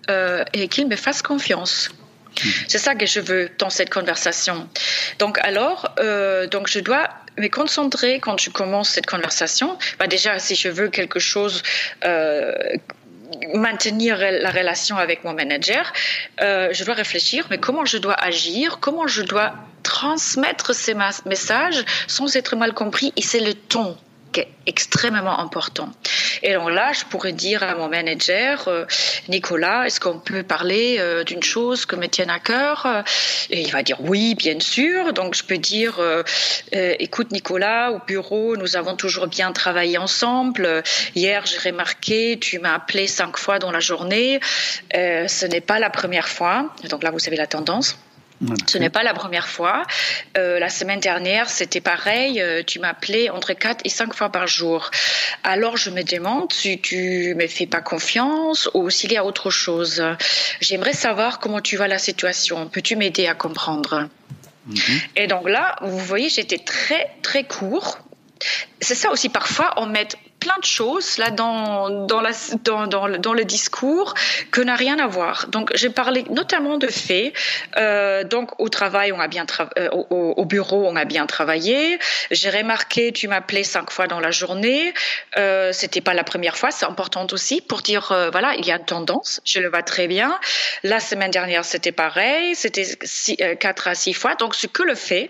euh, et qu'il me fasse confiance. C'est ça que je veux dans cette conversation. Donc alors, euh, donc je dois me concentrer quand je commence cette conversation. Bah déjà, si je veux quelque chose, euh, maintenir la relation avec mon manager, euh, je dois réfléchir, mais comment je dois agir, comment je dois transmettre ces messages sans être mal compris, et c'est le ton qui est extrêmement important. Et donc là, je pourrais dire à mon manager, euh, Nicolas, est-ce qu'on peut parler euh, d'une chose que me tienne à cœur ? Et il va dire oui, bien sûr. Donc je peux dire, euh, euh, écoute Nicolas, au bureau, nous avons toujours bien travaillé ensemble. Hier, j'ai remarqué, tu m'as appelé cinq fois dans la journée. Euh, ce n'est pas la première fois. Donc là, vous savez la tendance. Ce n'est pas la première fois. Euh, la semaine dernière, c'était pareil. Euh, tu m'appelais entre quatre et cinq fois par jour. Alors, je me demande si tu me fais pas confiance ou s'il y a autre chose. J'aimerais savoir comment tu vois la situation. Peux-tu m'aider à comprendre ? Mm-hmm. Et donc là, vous voyez, j'étais très, très court. C'est ça aussi, parfois, on met plein de choses là dans dans la dans dans le, dans le discours que n'a rien à voir. Donc j'ai parlé notamment de faits. Euh, donc au travail on a bien tra- euh, au, au bureau on a bien travaillé. J'ai remarqué tu m'appelais cinq fois dans la journée. Euh, c'était pas la première fois. C'est important aussi pour dire euh, voilà il y a une tendance. Je le vois très bien. La semaine dernière c'était pareil. C'était six, euh, quatre à six fois. Donc c'est que le fait.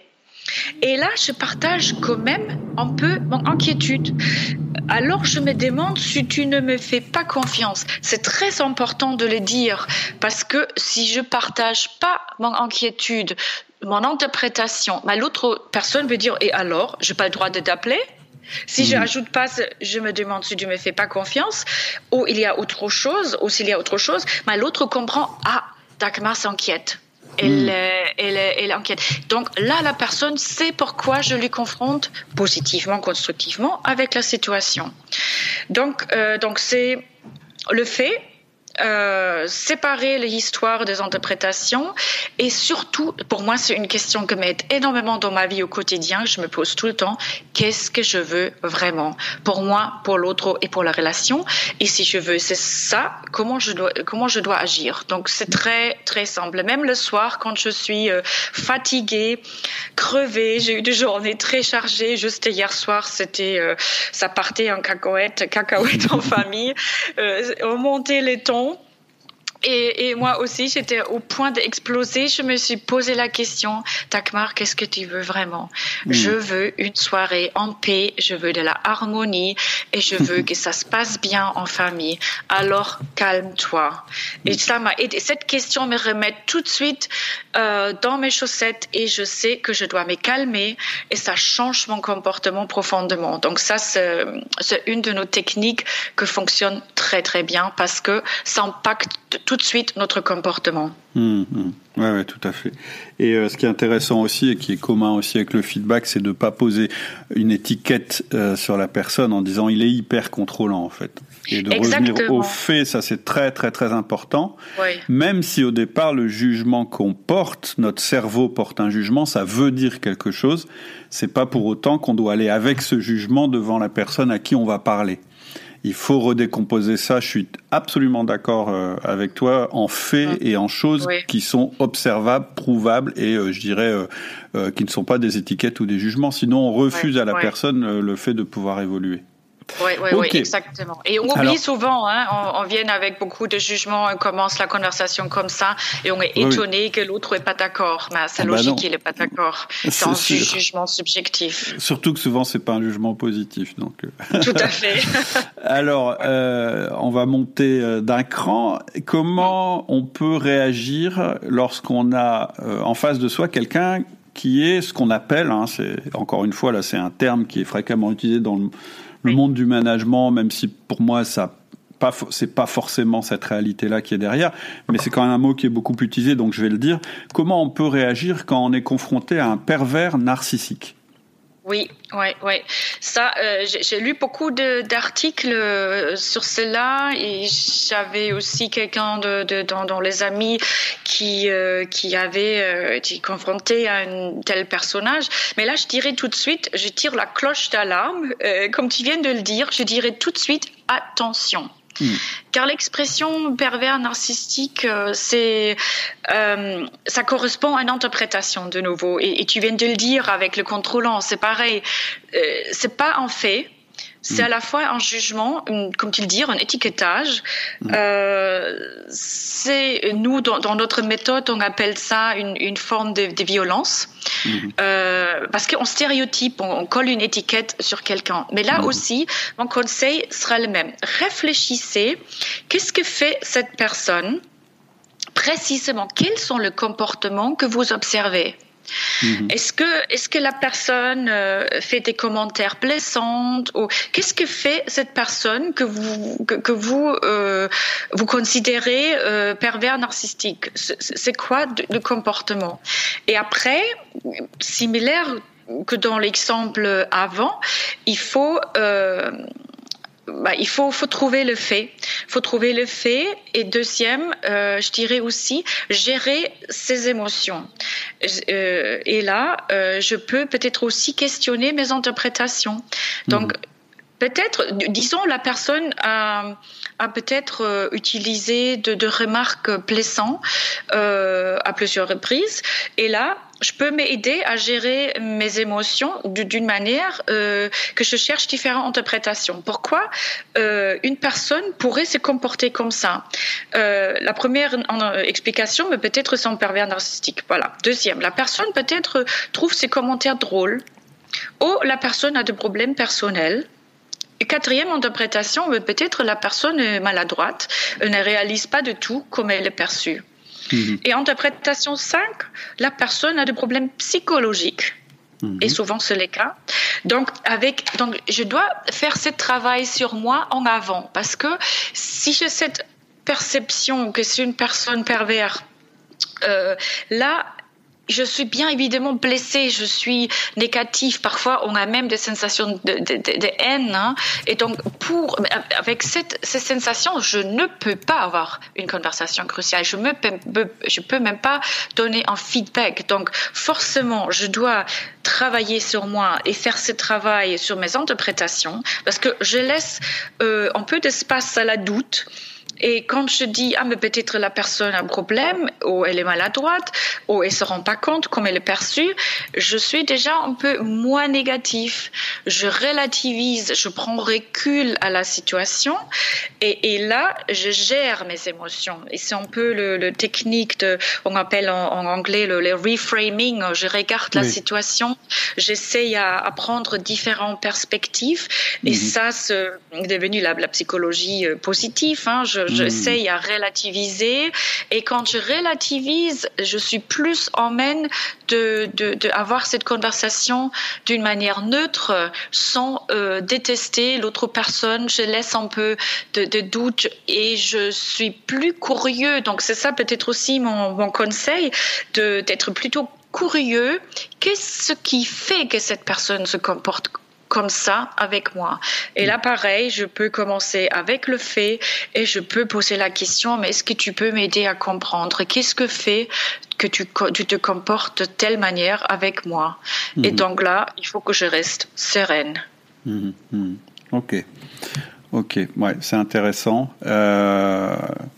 Et là, je partage quand même un peu mon inquiétude. Alors, je me demande si tu ne me fais pas confiance. C'est très important de le dire parce que si je partage pas mon inquiétude, mon interprétation, mais l'autre personne veut dire « et alors, j'ai pas le droit de t'appeler ?» Si mmh. je ajoute pas, je me demande si tu me fais pas confiance ou il y a autre chose, ou s'il y a autre chose, mais l'autre comprend « ah, Dagmar s'inquiète ». Elle, mmh. elle, elle, elle inquiète. Donc là, la personne sait pourquoi je lui confronte positivement, constructivement avec la situation. Donc, euh, donc c'est le fait. Euh, séparer l'histoire des interprétations et surtout, pour moi, c'est une question que m'aide énormément dans ma vie au quotidien. Je me pose tout le temps, qu'est-ce que je veux vraiment pour moi, pour l'autre et pour la relation. Et si je veux, c'est ça, comment je dois, comment je dois agir. Donc, c'est très, très simple. Même le soir, quand je suis euh, fatiguée, crevée, j'ai eu des journées très chargées. Juste hier soir, c'était, euh, ça partait en cacahuète, cacahuète en famille. Euh, on montait les tons. Et, et moi aussi, j'étais au point d'exploser. Je me suis posé la question, Dagmar, qu'est-ce que tu veux vraiment ? mmh. Je veux une soirée en paix, je veux de la harmonie et je veux que ça se passe bien en famille. Alors, calme-toi. Et ça m'a aidé. Cette question me remet tout de suite euh, dans mes chaussettes et je sais que je dois me calmer et ça change mon comportement profondément. Donc ça, c'est, c'est une de nos techniques qui fonctionne très, très bien parce que ça impacte tout de suite notre comportement. Mmh, mmh. Ouais, ouais, tout à fait. Et euh, ce qui est intéressant aussi et qui est commun aussi avec le feedback, c'est de ne pas poser une étiquette euh, sur la personne en disant il est hyper contrôlant en fait. Et de Exactement. revenir aux faits, ça c'est très très très important. Oui. Même si au départ le jugement qu'on porte, notre cerveau porte un jugement, ça veut dire quelque chose. C'est pas pour autant qu'on doit aller avec ce jugement devant la personne à qui on va parler. Il faut redécomposer ça. Je suis absolument d'accord euh, avec toi en faits mmh. et en choses oui. qui sont observables, prouvables et euh, je dirais euh, euh, qui ne sont pas des étiquettes ou des jugements. Sinon, on refuse ouais, à la ouais. personne euh, le fait de pouvoir évoluer. Oui, oui, okay. oui, exactement. Et on oublie Alors, souvent, hein, on, on vient avec beaucoup de jugements, on commence la conversation comme ça, et on est étonné oui. que l'autre n'est pas d'accord. Mais c'est ah logique bah qu'il n'est pas d'accord. C'est, c'est un sûr. jugement subjectif. Surtout que souvent, c'est pas un jugement positif. Donc. Tout à fait. Alors, euh, on va monter d'un cran. Comment on peut réagir lorsqu'on a euh, en face de soi quelqu'un qui est ce qu'on appelle, hein, c'est encore une fois là, c'est un terme qui est fréquemment utilisé dans le Le monde du management, même si pour moi ça pas c'est pas forcément cette réalité-là qui est derrière, mais c'est quand même un mot qui est beaucoup utilisé, donc je vais le dire. Comment on peut réagir quand on est confronté à un pervers narcissique ? Oui, oui, oui. Ça, euh, j'ai, j'ai lu beaucoup de, d'articles euh, sur cela et j'avais aussi quelqu'un de, de dans, dans les amis qui euh, qui avait euh, été confronté à un tel personnage. Mais là, je dirais tout de suite, je tire la cloche d'alarme, euh, comme tu viens de le dire, je dirais tout de suite attention. Mmh. Car l'expression pervers narcissique, euh, c'est, euh, ça correspond à une interprétation de nouveau. Et, et tu viens de le dire avec le contrôlant, c'est pareil. Euh, c'est pas un fait. C'est à la fois un jugement, une, comme tu le dis, un étiquetage. Mmh. Euh, c'est nous dans, dans notre méthode, on appelle ça une, une forme de, de violence, mmh. euh, parce qu'on stéréotype, on, on colle une étiquette sur quelqu'un. Mais là mmh. aussi, mon conseil sera le même. Réfléchissez, qu'est-ce que fait cette personne précisément? Quels sont les comportements que vous observez? Mmh. Est-ce que, est-ce que la personne euh, fait des commentaires blessants ou qu'est-ce que fait cette personne que vous que, que vous euh, vous considérez euh, pervers narcissique? C'est, c'est quoi le comportement? Et après, similaire que dans l'exemple avant, il faut euh, Bah, il faut, faut trouver le fait. Il faut trouver le fait. Et deuxième, euh, je dirais aussi, gérer ses émotions. Euh, et là, euh, je peux peut-être aussi questionner mes interprétations. Donc, mmh. peut-être, disons, la personne a, a peut-être euh, utilisé de, de remarques blessantes euh, à plusieurs reprises. Et là, je peux m'aider à gérer mes émotions d'une manière euh, que je cherche différentes interprétations. Pourquoi euh, une personne pourrait se comporter comme ça? euh, La première en, explication, mais peut-être son pervers narcissique. Voilà. Deuxième, la personne peut-être trouve ses commentaires drôles, ou la personne a des problèmes personnels. Et quatrième interprétation, peut-être la personne est maladroite, ne réalise pas du tout comme elle est perçue. Mmh. Et interprétation cinq, la personne a des problèmes psychologiques. Mmh. Et souvent, c'est le cas. Donc, avec, donc, je dois faire ce travail sur moi en avant. Parce que si j'ai cette perception que c'est une personne perverse, euh, là, je suis bien évidemment blessée, je suis négative. Parfois, on a même des sensations de, de, de, de haine. Hein. Et donc, pour, avec cette, ces sensations, je ne peux pas avoir une conversation cruciale. Je ne peux, je peux même pas donner un feedback. Donc, forcément, je dois travailler sur moi et faire ce travail sur mes interprétations parce que je laisse euh, un peu d'espace à la doute. Et quand je dis, ah, mais peut-être la personne a un problème, ou elle est maladroite, ou elle se rend pas compte comme elle est perçue, je suis déjà un peu moins négatif. Je relativise, je prends recul à la situation, et, et là, je gère mes émotions. Et c'est un peu le, le technique de, on appelle en, en anglais le, le reframing. Je regarde oui. la situation, j'essaye à, à prendre différentes perspectives, et mm-hmm. ça, c'est devenu la, la psychologie positive, hein. Je, J'essaye à relativiser et quand je relativise, je suis plus en mène de, de, de avoir cette conversation d'une manière neutre, sans euh, détester l'autre personne. Je laisse un peu de, de doute et je suis plus curieux. Donc c'est ça peut-être aussi mon, mon conseil, de, d'être plutôt curieux. Qu'est-ce qui fait que cette personne se comporte comme ça avec moi? Et là, pareil, je peux commencer avec le fait et je peux poser la question, mais est-ce que tu peux m'aider à comprendre? Qu'est-ce que fait que tu, tu te comportes de telle manière avec moi? Mmh. Et donc là, il faut que je reste sereine. Mmh. Mmh. Ok. Ok. Ouais, c'est intéressant. Euh...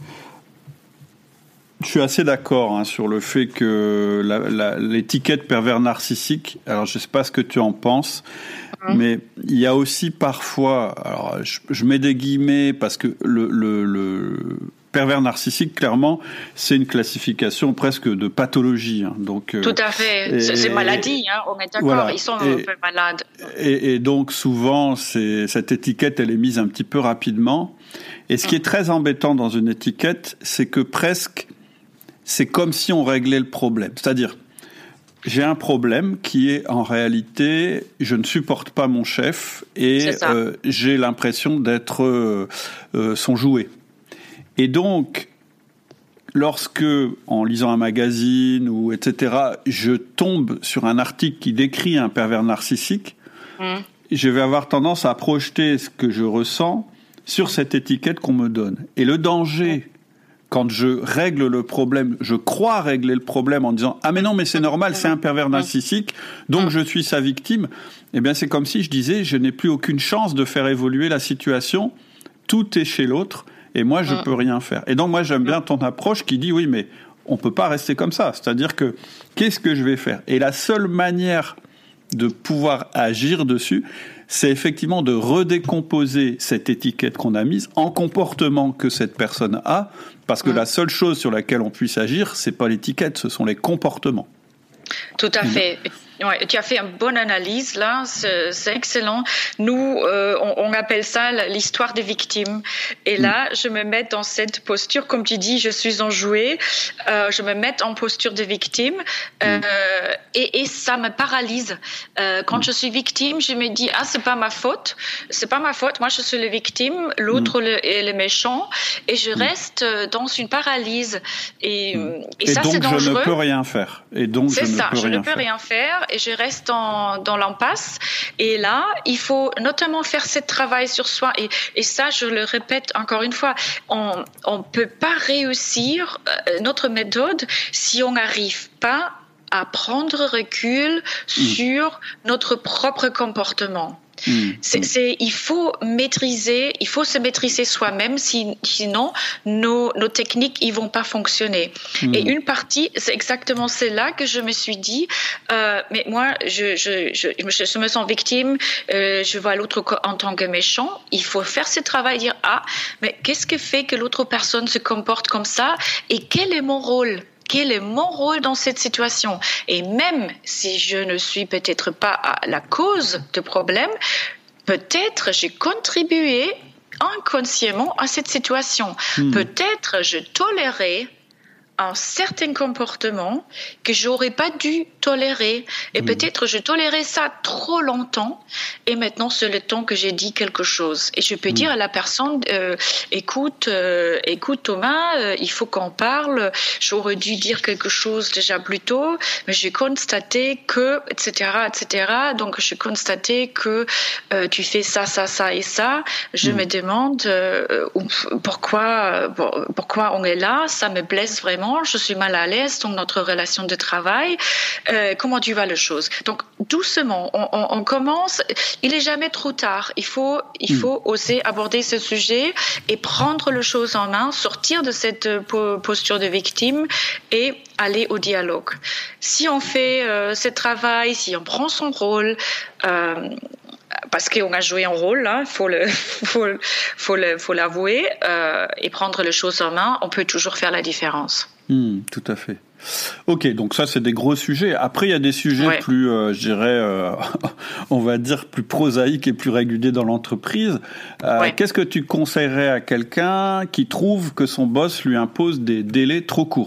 Je suis assez d'accord hein, sur le fait que la, la, l'étiquette pervers narcissique, alors je ne sais pas ce que tu en penses, mais il y a aussi parfois, alors je, je mets des guillemets parce que le, le, le pervers narcissique, clairement, c'est une classification presque de pathologie. Hein, donc, tout à fait, et, c'est, c'est maladie, hein, on est d'accord, voilà, ils sont et, un peu malades. Et, et donc souvent, c'est, cette étiquette, elle est mise un petit peu rapidement. Et ce qui est très embêtant dans une étiquette, c'est que presque, c'est comme si on réglait le problème. C'est-à-dire, j'ai un problème qui est en réalité, je ne supporte pas mon chef et euh, j'ai l'impression d'être euh, euh, son jouet. Et donc, lorsque, en lisant un magazine ou et cetera, je tombe sur un article qui décrit un pervers narcissique, mmh. je vais avoir tendance à projeter ce que je ressens sur cette étiquette qu'on me donne. Et le danger, quand je règle le problème, je crois régler le problème en disant « Ah mais non, mais c'est normal, c'est un pervers narcissique, donc je suis sa victime », eh bien c'est comme si je disais « Je n'ai plus aucune chance de faire évoluer la situation tout est chez l'autre et moi je mmh. peux rien faire. Et donc moi j'aime bien ton approche qui dit oui mais on peut pas rester comme ça. C'est-à-dire que qu'est-ce que je vais faire ? Et la seule manière de pouvoir agir dessus, c'est effectivement de redécomposer cette étiquette qu'on a mise en comportement que cette personne a, parce que mmh. la seule chose sur laquelle on puisse agir, c'est pas l'étiquette, ce sont les comportements. Tout à fait. Ouais, tu as fait une bonne analyse là, c'est, c'est excellent. Nous, euh, on, on appelle ça l'histoire des victimes. Et là, mm. je me mets dans cette posture, comme tu dis, je suis enjouée, euh, je me mets en posture de victime euh, mm. et, et ça me paralyse. Euh, quand mm. je suis victime, je me dis ah c'est pas ma faute, c'est pas ma faute. Moi, je suis la victime, l'autre mm. le, est le méchant, et je reste mm. dans une paralyse. Et, mm. et, et ça, donc, c'est dangereux. je ne peux rien faire. Et donc, c'est je ne ça, peux je rien ne peux faire. rien faire. Et je reste en, dans l'impasse. Et là, il faut notamment faire ce travail sur soi. Et, et ça, je le répète encore une fois, on ne peut pas réussir euh, notre méthode si on n'arrive pas à prendre recul mmh. sur notre propre comportement. Mmh. C'est, c'est, il faut maîtriser, il faut se maîtriser soi-même, si, sinon nos, nos techniques ils vont pas fonctionner. Mmh. Et une partie, c'est exactement celle-là que je me suis dit. Euh, mais moi, je, je, je, je me sens victime. Euh, je vois l'autre en tant que méchant. Il faut faire ce travail, dire ah, mais qu'est-ce qui fait que l'autre personne se comporte comme ça et quel est mon rôle? Quel est mon rôle dans cette situation ? Et même si je ne suis peut-être pas à la cause du problème, peut-être j'ai contribué inconsciemment à cette situation. Mmh. Peut-être je tolérais un certain comportement que j'aurais pas dû tolérer. Et mmh. peut-être je tolérais ça trop longtemps et maintenant c'est le temps que j'ai dit quelque chose. Et je peux mmh. dire à la personne, euh, écoute, euh, écoute Thomas, euh, il faut qu'on parle, j'aurais dû dire quelque chose déjà plus tôt, mais j'ai constaté que, et cetera, et cetera. Donc j'ai constaté que euh, tu fais ça, ça, ça et ça. Je mmh. me demande euh, pourquoi, pourquoi on est là, ça me blesse vraiment. Je suis mal à l'aise dans notre relation de travail. Euh, comment tu vois les choses ? Donc, doucement, on, on, on commence. Il n'est jamais trop tard. Il faut, il faut mmh. oser aborder ce sujet et prendre les choses en main, sortir de cette posture de victime et aller au dialogue. Si on fait euh, ce travail, si on prend son rôle, euh, parce qu'on a joué un rôle, il hein, faut, le, faut, faut, le, faut l'avouer, euh, et prendre les choses en main, on peut toujours faire la différence. Mmh, tout à fait. Ok, donc ça c'est des gros sujets. Après il y a des sujets ouais. plus, euh, je dirais, euh, on va dire plus prosaïques et plus réguliers dans l'entreprise. Euh, ouais. Qu'est-ce que tu conseillerais à quelqu'un qui trouve que son boss lui impose des délais trop courts ?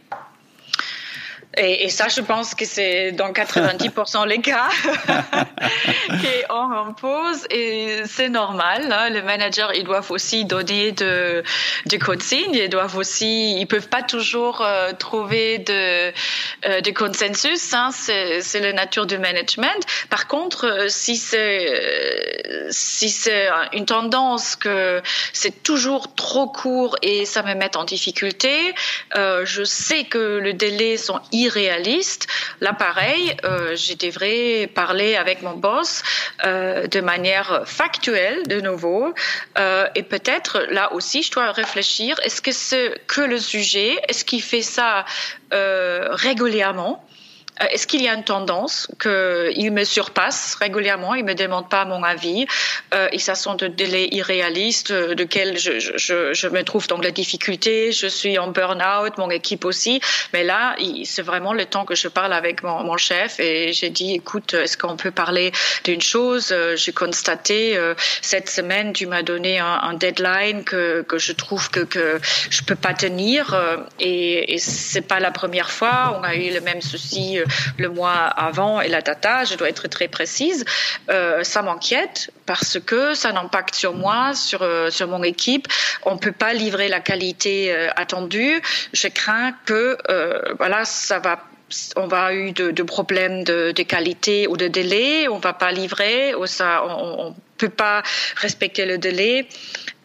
Et, et ça, je pense que c'est dans quatre-vingt-dix pour cent les cas qu'on impose et c'est normal. Hein. Les managers, ils doivent aussi donner de, de consignes, ils doivent aussi, ils peuvent pas toujours euh, trouver de, euh, de consensus. Hein. C'est, c'est la nature du management. Par contre, si c'est, euh, si c'est une tendance que c'est toujours trop court et ça me met en difficulté, euh, je sais que les délais sont irréalistes. Réaliste. Là, pareil, euh, je devrais parler avec mon boss euh, de manière factuelle, de nouveau, euh, et peut-être là aussi, je dois réfléchir. Est-ce que c'est que le sujet ? Est-ce qu'il fait ça euh, régulièrement ? Est-ce qu'il y a une tendance qu'il me surpasse régulièrement, il me demande pas mon avis, euh, et ça sont des délais irréalistes euh, de lesquels je, je, je me trouve dans la difficulté, je suis en burn-out, mon équipe aussi, mais là, il, c'est vraiment le temps que je parle avec mon, mon chef et j'ai dit, écoute, est-ce qu'on peut parler d'une chose ? J'ai constaté euh, cette semaine, tu m'as donné un, un deadline que, que je trouve que, que je peux pas tenir euh, et, et c'est pas la première fois, on a eu le même souci euh, le mois avant et la data, je dois être très précise, euh, ça m'inquiète parce que ça impacte sur moi, sur, euh, sur mon équipe. On peut pas livrer la qualité euh, attendue. Je crains que euh, voilà, ça va on va eu de, de problèmes de, de qualité ou de délai, on va pas livrer, ou ça, on, on peut pas respecter le délai.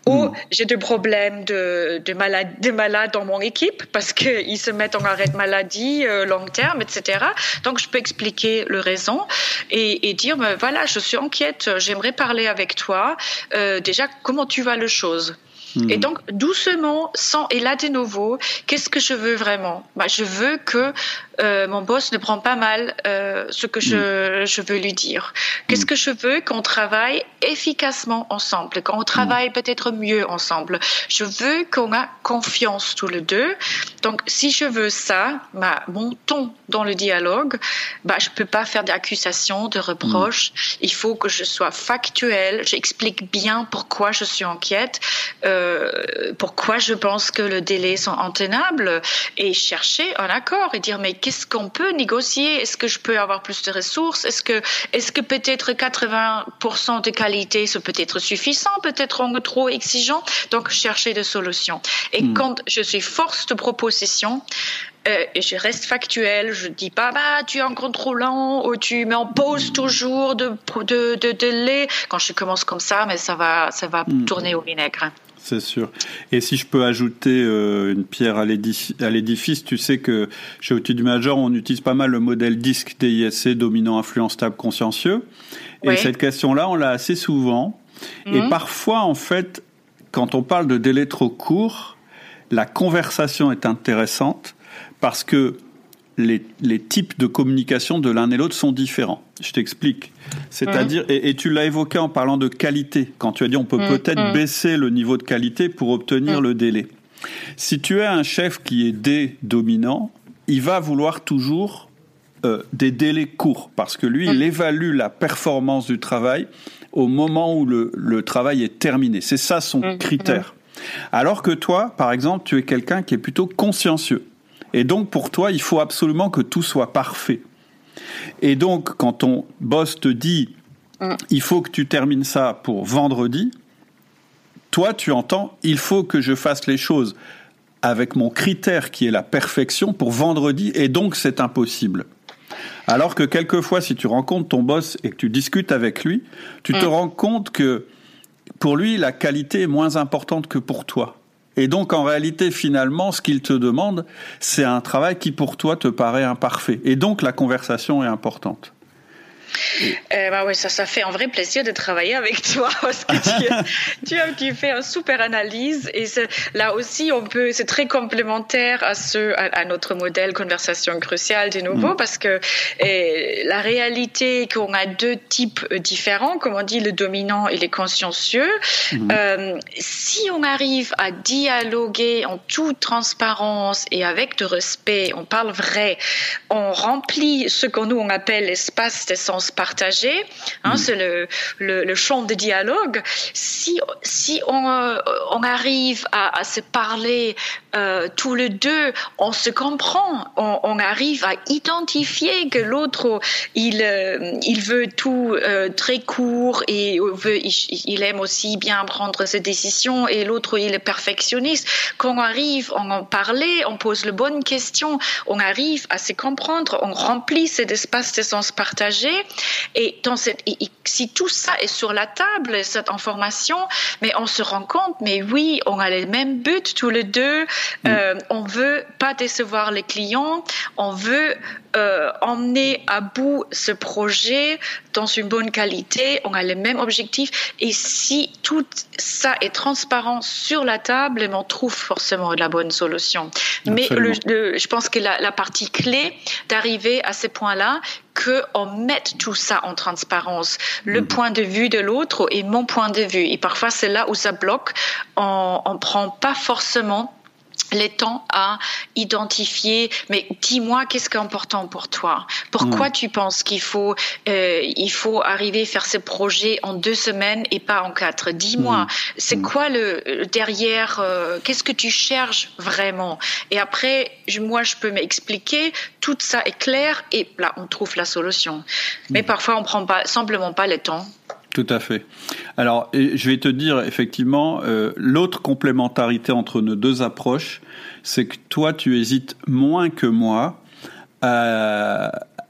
Ou mmh. j'ai des problèmes de, de, malade, de malades dans mon équipe parce qu'ils se mettent en arrêt de maladie euh, long terme, et cetera. Donc, je peux expliquer le raison et, et dire, ben, voilà, je suis inquiète, j'aimerais parler avec toi. Euh, déjà, comment tu vois les choses ? Mmh. Et donc, doucement, sans, et là de nouveau, qu'est-ce que je veux vraiment ? Bah, je veux que euh, mon boss ne prend pas mal euh, ce que je, mmh. je veux lui dire. Qu'est-ce mmh. que je veux ? Qu'on travaille efficacement ensemble, qu'on travaille mmh. peut-être mieux ensemble. Je veux qu'on a confiance tous les deux. Donc, si je veux ça, bah, mon ton dans le dialogue, bah, je peux pas faire d'accusations, de reproches. Mmh. Il faut que je sois factuelle. J'explique bien pourquoi je suis inquiète. Euh, pourquoi je pense que les délais sont intenables et chercher un accord et dire mais qu'est-ce qu'on peut négocier ? Est-ce que je peux avoir plus de ressources ? Est-ce que, est-ce que peut-être quatre-vingts pour cent de qualité c'est peut-être suffisant, peut-être on est trop exigeant, donc chercher des solutions. Et mmh. quand je suis force de proposition, Euh, et je reste factuelle, je dis pas bah tu es encore trop lent ou tu m'imposes toujours de de de délai. Quand je commence comme ça, mais ça va ça va mmh. tourner au vinaigre. C'est sûr. Et si je peux ajouter euh, une pierre à l'édifice, à l'édifice, tu sais que chez Outils du Manager, on utilise pas mal le modèle DISC, D I S C, dominant, influent, stable, consciencieux. Et oui. cette question-là, on l'a assez souvent. Mmh. Et parfois, en fait, quand on parle de délai trop court, la conversation est intéressante parce que les, les types de communication de l'un et l'autre sont différents. Je t'explique. C'est-à-dire, mmh. et, et tu l'as évoqué en parlant de qualité, quand tu as dit on peut mmh. peut-être mmh. baisser le niveau de qualité pour obtenir mmh. le délai. Si tu as un chef qui est D dominant, il va vouloir toujours euh, des délais courts, parce que lui, mmh. il évalue la performance du travail au moment où le, le travail est terminé. C'est ça son mmh. critère. Mmh. Alors que toi, par exemple, tu es quelqu'un qui est plutôt consciencieux. Et donc, pour toi, il faut absolument que tout soit parfait. Et donc, quand ton boss te dit mm. « il faut que tu termines ça pour vendredi », toi, tu entends « il faut que je fasse les choses avec mon critère qui est la perfection pour vendredi, et donc c'est impossible ». Alors que quelquefois, si tu rencontres ton boss et que tu discutes avec lui, tu mm. te rends compte que pour lui, la qualité est moins importante que pour toi. Et donc, en réalité, finalement, ce qu'il te demande, c'est un travail qui, pour toi, te paraît imparfait. Et donc, la conversation est importante. Euh, bah ouais, ça, ça fait un vrai plaisir de travailler avec toi parce que tu, tu, tu fais une super analyse et là aussi on peut, c'est très complémentaire à ce, à, à notre modèle conversation cruciale de nouveau mmh. parce que et, la réalité qu'on a deux types différents, comme on dit le dominant et les consciencieux. Mmh. Euh, si on arrive à dialoguer en toute transparence et avec de respect, on parle vrai, on remplit ce qu'on nous on appelle l'espace des sens partagé, hein, mmh. c'est le, le, le champ de dialogue. Si, si on, euh, on arrive à, à se parler euh, tous les deux, on se comprend, on, on arrive à identifier que l'autre, il, euh, il veut tout euh, très court et veut, il, il aime aussi bien prendre ses décisions et l'autre, il est perfectionniste. Quand on arrive, on en parle, on pose les bonnes questions, on arrive à se comprendre, on remplit cet espace de sens partagé. Et, dans cette, et, et si tout ça est sur la table, cette information, mais on se rend compte, mais oui, on a les mêmes buts tous les deux. Mmh. Euh, on veut pas décevoir les clients, on veut euh, emmener à bout ce projet dans une bonne qualité. On a les mêmes objectifs. Et si tout ça est transparent sur la table, on trouve forcément la bonne solution. Absolument. Mais le, le, je pense que la, la partie clé d'arriver à ce point-là, qu'on mette tout ça en transparence, le mmh. point de vue de l'autre et mon point de vue. Et parfois, c'est là où ça bloque. On ne prend pas forcément les temps à identifier, mais dis-moi, qu'est-ce qui est important pour toi? Pourquoi mmh. tu penses qu'il faut, euh, il faut arriver à faire ce projet en deux semaines et pas en quatre? Dis-moi, mmh. c'est mmh. quoi le derrière, euh, qu'est-ce que tu cherches vraiment? Et après, je, moi, je peux m'expliquer, tout ça est clair et là, on trouve la solution. Mmh. Mais parfois, on prend pas, simplement pas le temps. Tout à fait. Alors, je vais te dire, effectivement, euh, l'autre complémentarité entre nos deux approches, c'est que toi, tu hésites moins que moi à,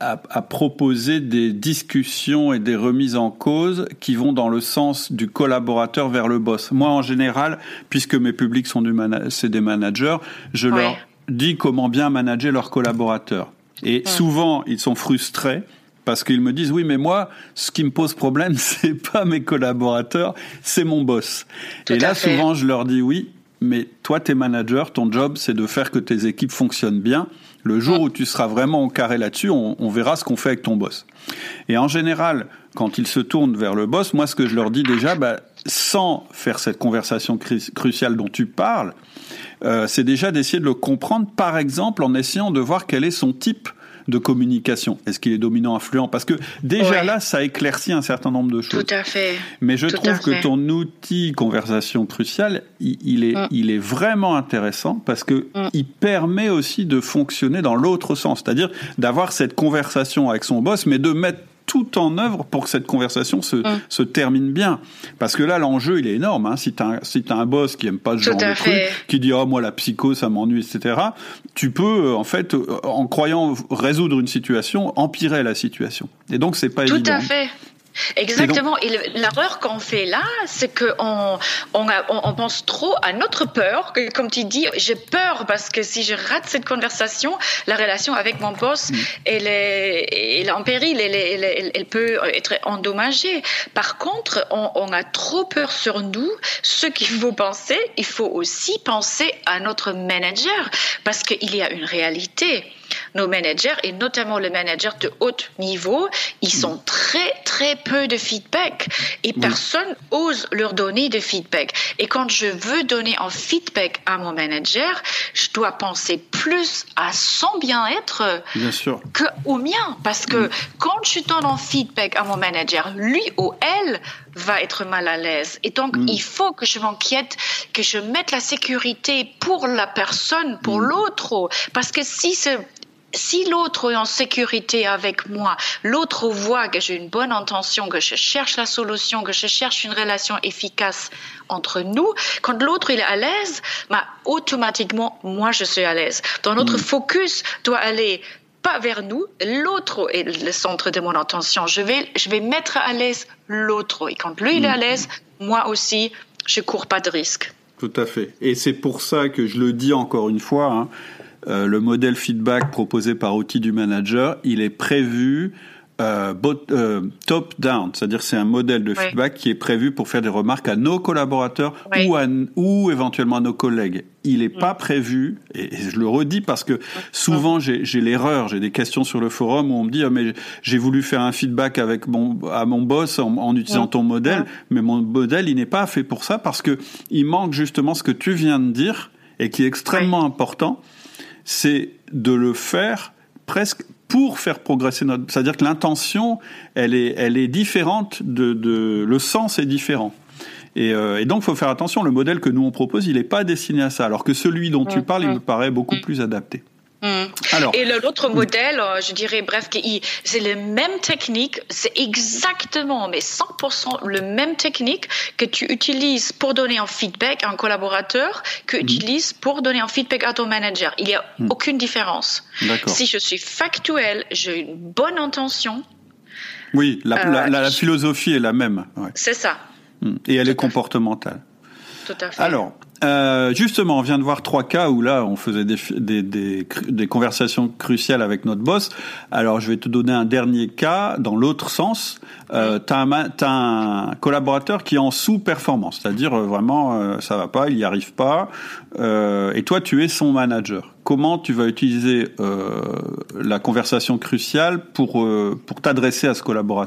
à, à proposer des discussions et des remises en cause qui vont dans le sens du collaborateur vers le boss. Moi, en général, puisque mes publics sont du mana- c'est des managers, je ouais. leur dis comment bien manager leurs collaborateurs. Et ouais. souvent, ils sont frustrés parce qu'ils me disent « Oui, mais moi, ce qui me pose problème, c'est pas mes collaborateurs, c'est mon boss. » Et là, fait. souvent, je leur dis « Oui, mais toi, t'es manager, ton job, c'est de faire que tes équipes fonctionnent bien. Le jour où tu seras vraiment au carré là-dessus, on, on verra ce qu'on fait avec ton boss. » Et en général, quand ils se tournent vers le boss, moi, ce que je leur dis déjà, bah, sans faire cette conversation cru- cruciale dont tu parles, euh, c'est déjà d'essayer de le comprendre, par exemple, en essayant de voir quel est son type de communication. Est-ce qu'il est dominant, influent? Parce que déjà ouais. là, ça éclaircit un certain nombre de choses. Tout à fait. Mais je Tout trouve que fait. ton outil conversation cruciale, il, il, est, mm. il est vraiment intéressant parce que mm. il permet aussi de fonctionner dans l'autre sens. C'est-à-dire d'avoir cette conversation avec son boss, mais de mettre tout en œuvre pour que cette conversation se, mm. se termine bien. Parce que là, l'enjeu, il est énorme. Hein. Si tu as si t'as un boss qui aime pas ce tout genre de truc, qui dit « Oh, moi, la psycho, ça m'ennuie, et cetera » tu peux, en fait, en croyant résoudre une situation, empirer la situation. Et donc, c'est pas tout évident. Tout à fait. Exactement. Et, donc, et l'erreur qu'on fait là, c'est qu'on on, on pense trop à notre peur. Que, comme tu dis, j'ai peur parce que si je rate cette conversation, la relation avec mon boss, mmh. elle, est, elle est en péril, elle, est, elle, est, elle peut être endommagée. Par contre, on, on a trop peur sur nous. Ce qu'il faut penser, il faut aussi penser à notre manager parce qu'il y a une réalité. Nos managers, et notamment les managers de haut niveau, ils sont très, très peu de feedback et personne n'ose leur donner de feedback. Et quand je veux donner un feedback à mon manager, je dois penser plus à son bien-être qu'au mien. Parce que mmh. quand je donne un feedback à mon manager, lui ou elle va être mal à l'aise. Et donc, mmh. il faut que je m'inquiète, que je mette la sécurité pour la personne, pour mmh. l'autre. Parce que si c'est Si l'autre est en sécurité avec moi, l'autre voit que j'ai une bonne intention, que je cherche la solution, que je cherche une relation efficace entre nous, quand l'autre il est à l'aise, bah, automatiquement, moi je suis à l'aise. Donc notre mmh. focus doit aller pas vers nous, l'autre est le centre de mon attention. Je vais, je vais mettre à l'aise l'autre. Et quand lui il est à l'aise, moi aussi, je cours pas de risque. Tout à fait. Et c'est pour ça que je le dis encore une fois, hein, Euh, le modèle feedback proposé par Outil du Manager, il est prévu euh, bot, euh, top-down, c'est-à-dire c'est un modèle de feedback oui. qui est prévu pour faire des remarques à nos collaborateurs oui. ou, à, ou éventuellement à nos collègues. Il n'est mmh. pas prévu, et, et je le redis parce que souvent j'ai, j'ai l'erreur, j'ai des questions sur le forum où on me dit ah, mais j'ai voulu faire un feedback avec mon, à mon boss en, en utilisant mmh. ton modèle, mmh. mais mon modèle il n'est pas fait pour ça parce que il manque justement ce que tu viens de dire et qui est extrêmement oui. important. C'est de le faire presque pour faire progresser notre... C'est-à-dire que l'intention, elle est, elle est différente, de, de... le sens est différent. Et, euh, et donc, il faut faire attention, le modèle que nous on propose, il n'est pas destiné à ça, alors que celui dont mmh, tu parles, mmh. il me paraît beaucoup mmh. plus adapté. Mmh. Alors, et l'autre modèle, je dirais, bref, c'est la même technique, c'est exactement, mais cent pour cent le même technique que tu utilises pour donner un feedback à un collaborateur que tu mmh. utilises pour donner un feedback à ton manager. Il n'y a mmh. aucune différence. D'accord. Si je suis factuel, j'ai une bonne intention. Oui, la, euh, la, la, la philosophie est la même. Ouais. C'est ça. Mmh. Et elle Tout est comportementale. Tout à fait. Alors, Euh, justement, on vient de voir trois cas où là, on faisait des, des, des, des conversations cruciales avec notre boss. Alors, je vais te donner un dernier cas dans l'autre sens. Euh, t'as un, t'as un collaborateur qui est en sous-performance, c'est-à-dire euh, vraiment, euh, ça va pas, il y arrive pas. Euh, et toi, tu es son manager. Comment tu vas utiliser euh, la conversation cruciale pour euh, pour t'adresser à ce collaborateur ?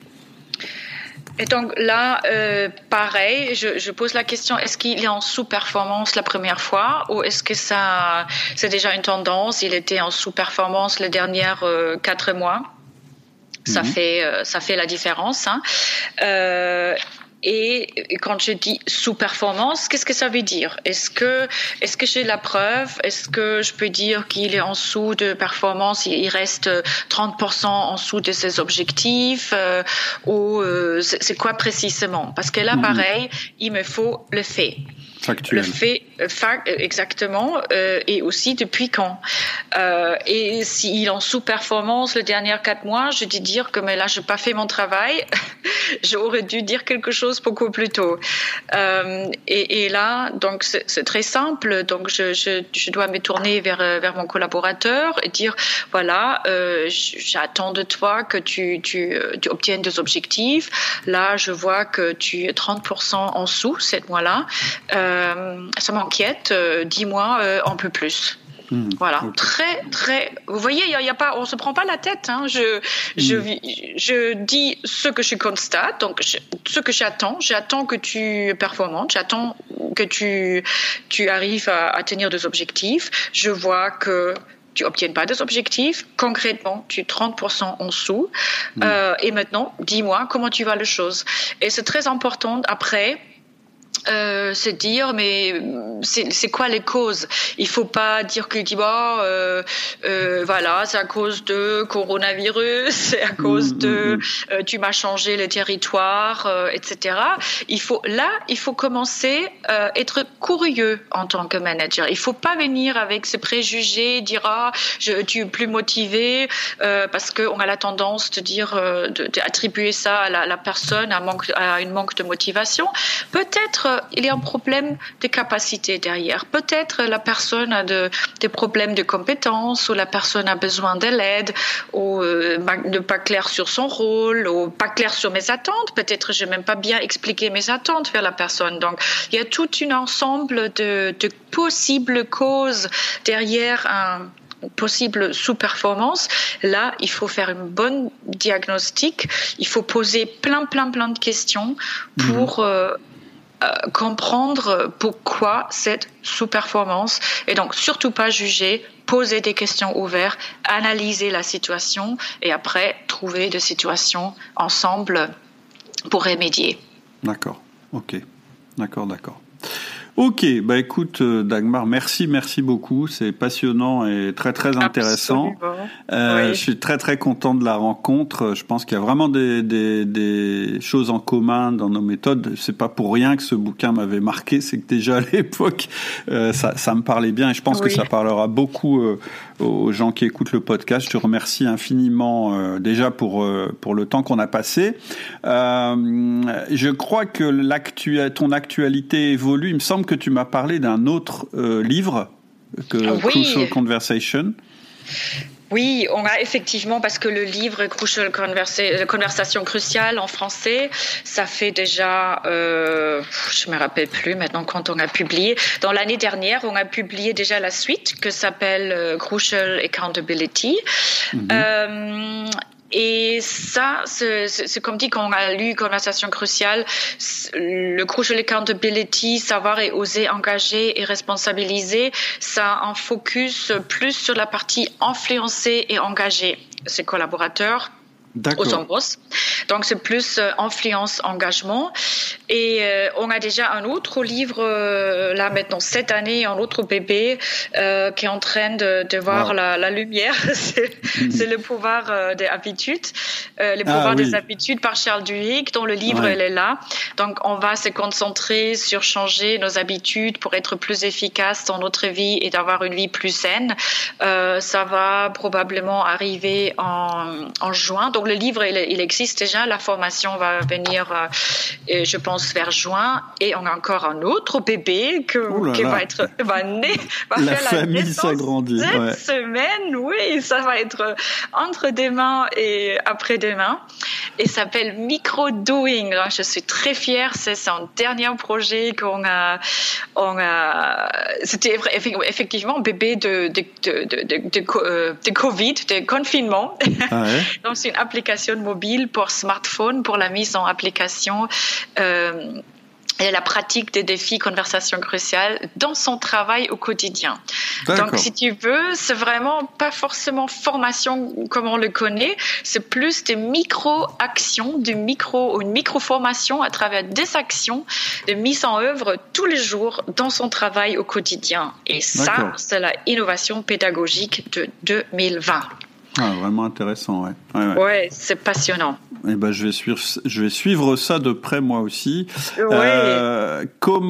Et donc là, euh, pareil, je, je pose la question, est-ce qu'il est en sous-performance la première fois ou est-ce que ça, c'est déjà une tendance? Il était en sous-performance les dernières euh, quatre mois. Ça, mmh. fait, euh, ça fait la différence. Hein. Euh, Et quand je dis sous-performance, qu'est-ce que ça veut dire? Est-ce que, est-ce que j'ai la preuve? Est-ce que je peux dire qu'il est en dessous de performance? Il reste trente pour cent en dessous de ses objectifs? Euh, ou euh, c'est, c'est quoi précisément? Parce que là, pareil, il me faut le fait. Factuel. Le fait exactement, euh, et aussi depuis quand. Euh, et s'il est en sous-performance les derniers quatre mois, je dis dire que mais là, je n'ai pas fait mon travail. J'aurais dû dire quelque chose beaucoup plus tôt. Euh, et, et là, donc c'est, c'est très simple. Donc je, je, je dois me tourner vers vers mon collaborateur et dire voilà, euh, j'attends de toi que tu, tu tu obtiennes des objectifs. Là, je vois que tu es trente pour cent en dessous cette mois-là. Euh, ça m'inquiète. Euh, dis-moi euh, un peu plus. Mmh, voilà, okay. très, très. Vous voyez, il y a, y a pas, on se prend pas la tête. Hein. Je, mmh. je, je dis ce que je constate, donc je, ce que j'attends. J'attends que tu es performante. J'attends que tu, tu arrives à atteindre des objectifs. Je vois que tu n'obtiens pas des objectifs. Concrètement, tu es trente pour cent en dessous. Mmh. Euh, et maintenant, dis-moi comment tu vois les choses. Et c'est très important après. Euh, se dire mais c'est, c'est quoi les causes? Il faut pas dire que tu vois euh, euh, voilà c'est à cause de coronavirus, c'est à cause mmh, de mmh. euh, tu m'as changé le territoire, euh, et cetera. Il faut là il faut commencer à euh, être curieux en tant que manager. Il faut pas venir avec ses préjugés, dire ah je, tu es plus motivé euh, parce que on a la tendance de dire euh, de, d'attribuer ça à la, la personne à manque à une manque de motivation. Peut-être il y a un problème de capacité derrière. Peut-être la personne a de, des problèmes de compétences ou la personne a besoin de l'aide ou euh, ne pas clair sur son rôle ou pas clair sur mes attentes. Peut-être je n'ai même pas bien expliqué mes attentes vers la personne. Donc, il y a tout un ensemble de, de possibles causes derrière un possible sous-performance. Là, il faut faire une bonne diagnostic. Il faut poser plein, plein, plein de questions pour... Mmh. Euh, Euh, comprendre pourquoi cette sous-performance et donc surtout pas juger, poser des questions ouvertes, analyser la situation et après trouver des situations ensemble pour remédier. D'accord, ok, d'accord, d'accord. Ok, bah écoute Dagmar, merci, merci beaucoup, c'est passionnant et très très intéressant. Euh, oui. Je suis très très content de la rencontre. Je pense qu'il y a vraiment des, des, des choses en commun dans nos méthodes. C'est pas pour rien que ce bouquin m'avait marqué, c'est que déjà à l'époque euh, ça, ça me parlait bien et je pense oui. que ça parlera beaucoup euh, aux gens qui écoutent le podcast. Je te remercie infiniment euh, déjà pour euh, pour le temps qu'on a passé. Euh, je crois que l'actu- ton actualité évolue. Il me semble que tu m'as parlé d'un autre euh, livre que oui. Crucial Conversation. Oui, on a effectivement, parce que le livre Crucial Conversa- Conversation cruciale en français, ça fait déjà, euh, je me rappelle plus maintenant quand on a publié. Dans l'année dernière, on a publié déjà la suite que s'appelle euh, Crucial Accountability. Mm-hmm. Euh, Et ça, c'est, c'est, c'est comme dit quand on a lu Conversation cruciale, le Crucial Accountability, savoir et oser engager et responsabiliser, ça a un focus plus sur la partie influencer et engager ses collaborateurs. D'accord. Aux embauches. Donc c'est plus euh, influence, engagement. Et euh, on a déjà un autre livre euh, là maintenant cette année, un autre bébé euh, qui est en train de, de voir wow. la, la lumière. c'est, mmh. c'est le pouvoir euh, des habitudes, euh, le pouvoir ah, oui. des habitudes par Charles Duhigg, dont le livre ouais. elle est là. Donc on va se concentrer sur changer nos habitudes pour être plus efficace dans notre vie et d'avoir une vie plus saine. Euh, ça va probablement arriver en, en juin. Donc le livre, il, il existe déjà. La formation va venir, euh, je pense, vers juin. Et on a encore un autre bébé que, qui va être, va naître, va la faire famille la naissance s'agrandit. cette ouais. semaine. Oui, ça va être entre demain et après-demain. Et ça s'appelle Micro-Doing. Je suis très fière. C'est son dernier projet qu'on a, on a, c'était effectivement un bébé de, de, de, de, de, de, de Covid, de confinement. Ah ouais. Donc, c'est une application mobile pour smartphone, pour la mise en application euh, et la pratique des défis conversation cruciale dans son travail au quotidien. D'accord. Donc, si tu veux, c'est vraiment pas forcément formation comme on le connaît, c'est plus des micro-actions, des micro, une micro-formation à travers des actions de mise en œuvre tous les jours dans son travail au quotidien. Et ça, D'accord. c'est la innovation pédagogique de deux mille vingt. Ah, vraiment intéressant, ouais. Ouais, ouais. ouais c'est passionnant. Eh ben, je vais suivre, je vais suivre ça de près moi aussi. Oui. Euh,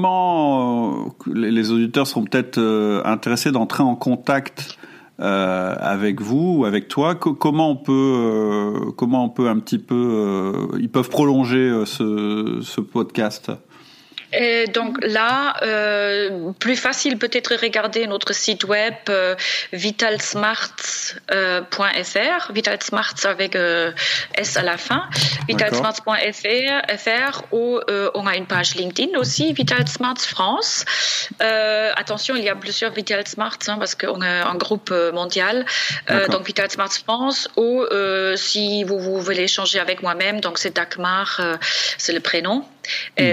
comment les, les auditeurs seront peut-être euh, intéressés d'entrer en contact euh, avec vous ou avec toi. Co- comment on peut, euh, comment on peut un petit peu, euh, ils peuvent prolonger euh, ce, ce podcast. Et donc là, euh, plus facile peut-être regarder notre site web euh, vitalsmarts point f r, Vitalsmarts avec euh, S à la fin, vitalsmarts point f r, où euh, on a une page LinkedIn aussi, Vitalsmarts France. Euh, attention, il y a plusieurs Vitalsmarts hein, parce qu'on est un groupe mondial. Euh, donc Vitalsmarts France, ou euh, si vous, vous voulez échanger avec moi-même, donc c'est Dagmar, euh, c'est le prénom, mm-hmm.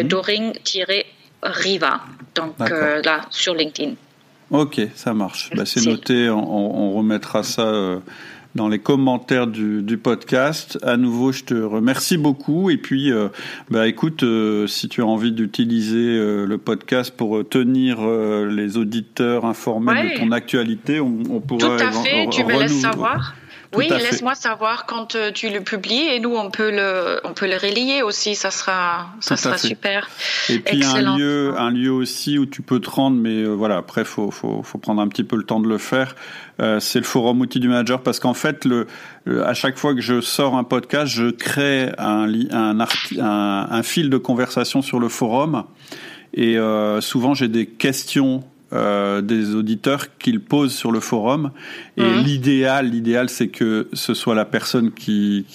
Doring-Riva, donc euh, là sur LinkedIn. Ok, ça marche. Bah, c'est noté, on, on remettra ça euh, dans les commentaires du, du podcast. À nouveau, je te remercie beaucoup. Et puis, euh, bah, écoute, euh, si tu as envie d'utiliser euh, le podcast pour tenir euh, les auditeurs informés ouais. de ton actualité, on, on pourra... Tout à fait, re- tu me laisses savoir. Tout oui, laisse-moi savoir quand euh, tu le publies et nous on peut le on peut le relayer aussi, ça sera ça sera super. Et puis Excellent. un lieu un lieu aussi où tu peux te rendre, mais euh, voilà, après faut faut faut prendre un petit peu le temps de le faire. Euh, c'est le forum outils du manager parce qu'en fait le, le à chaque fois que je sors un podcast, je crée un un arti- un, un fil de conversation sur le forum et euh, souvent j'ai des questions Euh, des auditeurs qu'ils posent sur le forum et mmh. l'idéal l'idéal c'est que ce soit la personne qui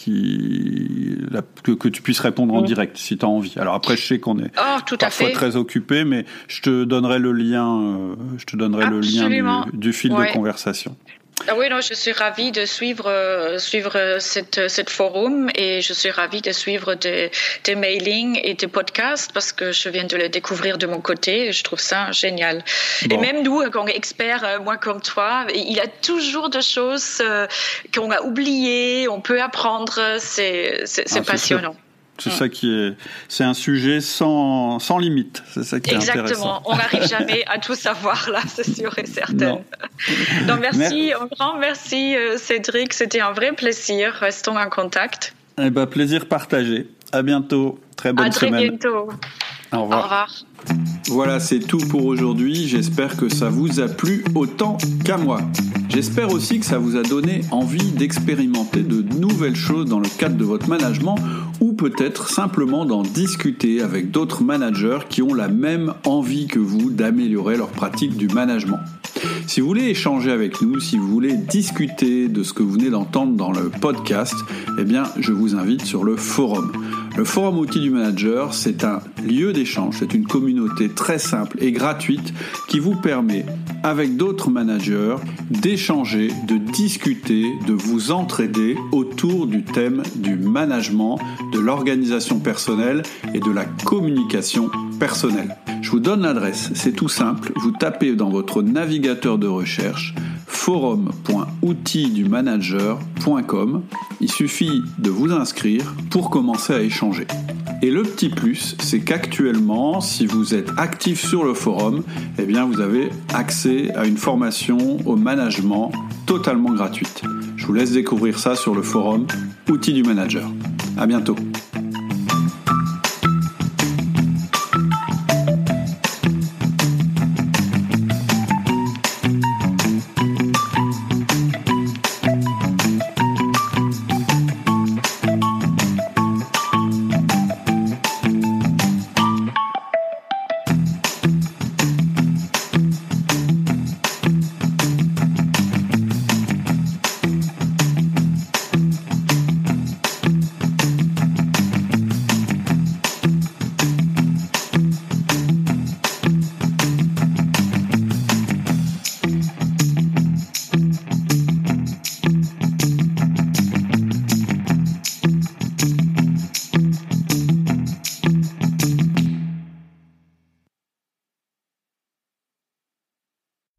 qui la, que, que tu puisses répondre en mmh. direct si tu as envie. Alors après je sais qu'on est oh, tout parfois à fait. très occupé, mais je te donnerai le lien euh, je te donnerai Absolument. le lien du, du fil ouais. de conversation. Ah oui, non, je suis ravie de suivre euh, suivre cette cette forum et je suis ravie de suivre des des mailings et des podcasts parce que je viens de le découvrir de mon côté et je trouve ça génial. Bon. Et même nous, quand on est experts, euh, moi comme toi, il y a toujours des choses euh, qu'on a oubliées, on peut apprendre, c'est c'est, c'est ah, passionnant. C'est C'est mmh. ça qui est, c'est un sujet sans, sans limite. C'est ça qui est Exactement. intéressant. On n'arrive jamais à tout savoir là, c'est sûr et certain. Donc merci, merci, un grand merci Cédric. C'était un vrai plaisir. Restons en contact. Eh ben, plaisir partagé. À bientôt. Très bonne à très semaine. bientôt. Au revoir. Au revoir. Voilà, c'est tout pour aujourd'hui. J'espère que ça vous a plu autant qu'à moi. J'espère aussi que ça vous a donné envie d'expérimenter de nouvelles choses dans le cadre de votre management ou peut-être simplement d'en discuter avec d'autres managers qui ont la même envie que vous d'améliorer leur pratique du management. Si vous voulez échanger avec nous, si vous voulez discuter de ce que vous venez d'entendre dans le podcast, eh bien, je vous invite sur le forum. Le forum outils du manager, c'est un lieu d'échange, c'est une communauté très simple et gratuite qui vous permet, avec d'autres managers, d'échanger, de discuter, de vous entraider autour du thème du management, de l'organisation personnelle et de la communication personnelle. Je vous donne l'adresse, c'est tout simple, vous tapez dans votre navigateur de recherche forum point outils du manager point com. Il suffit de vous inscrire pour commencer à échanger. Et le petit plus, c'est qu'actuellement, si vous êtes actif sur le forum, eh bien vous avez accès à une formation au management totalement gratuite. Je vous laisse découvrir ça sur le forum Outils du Manager. À bientôt.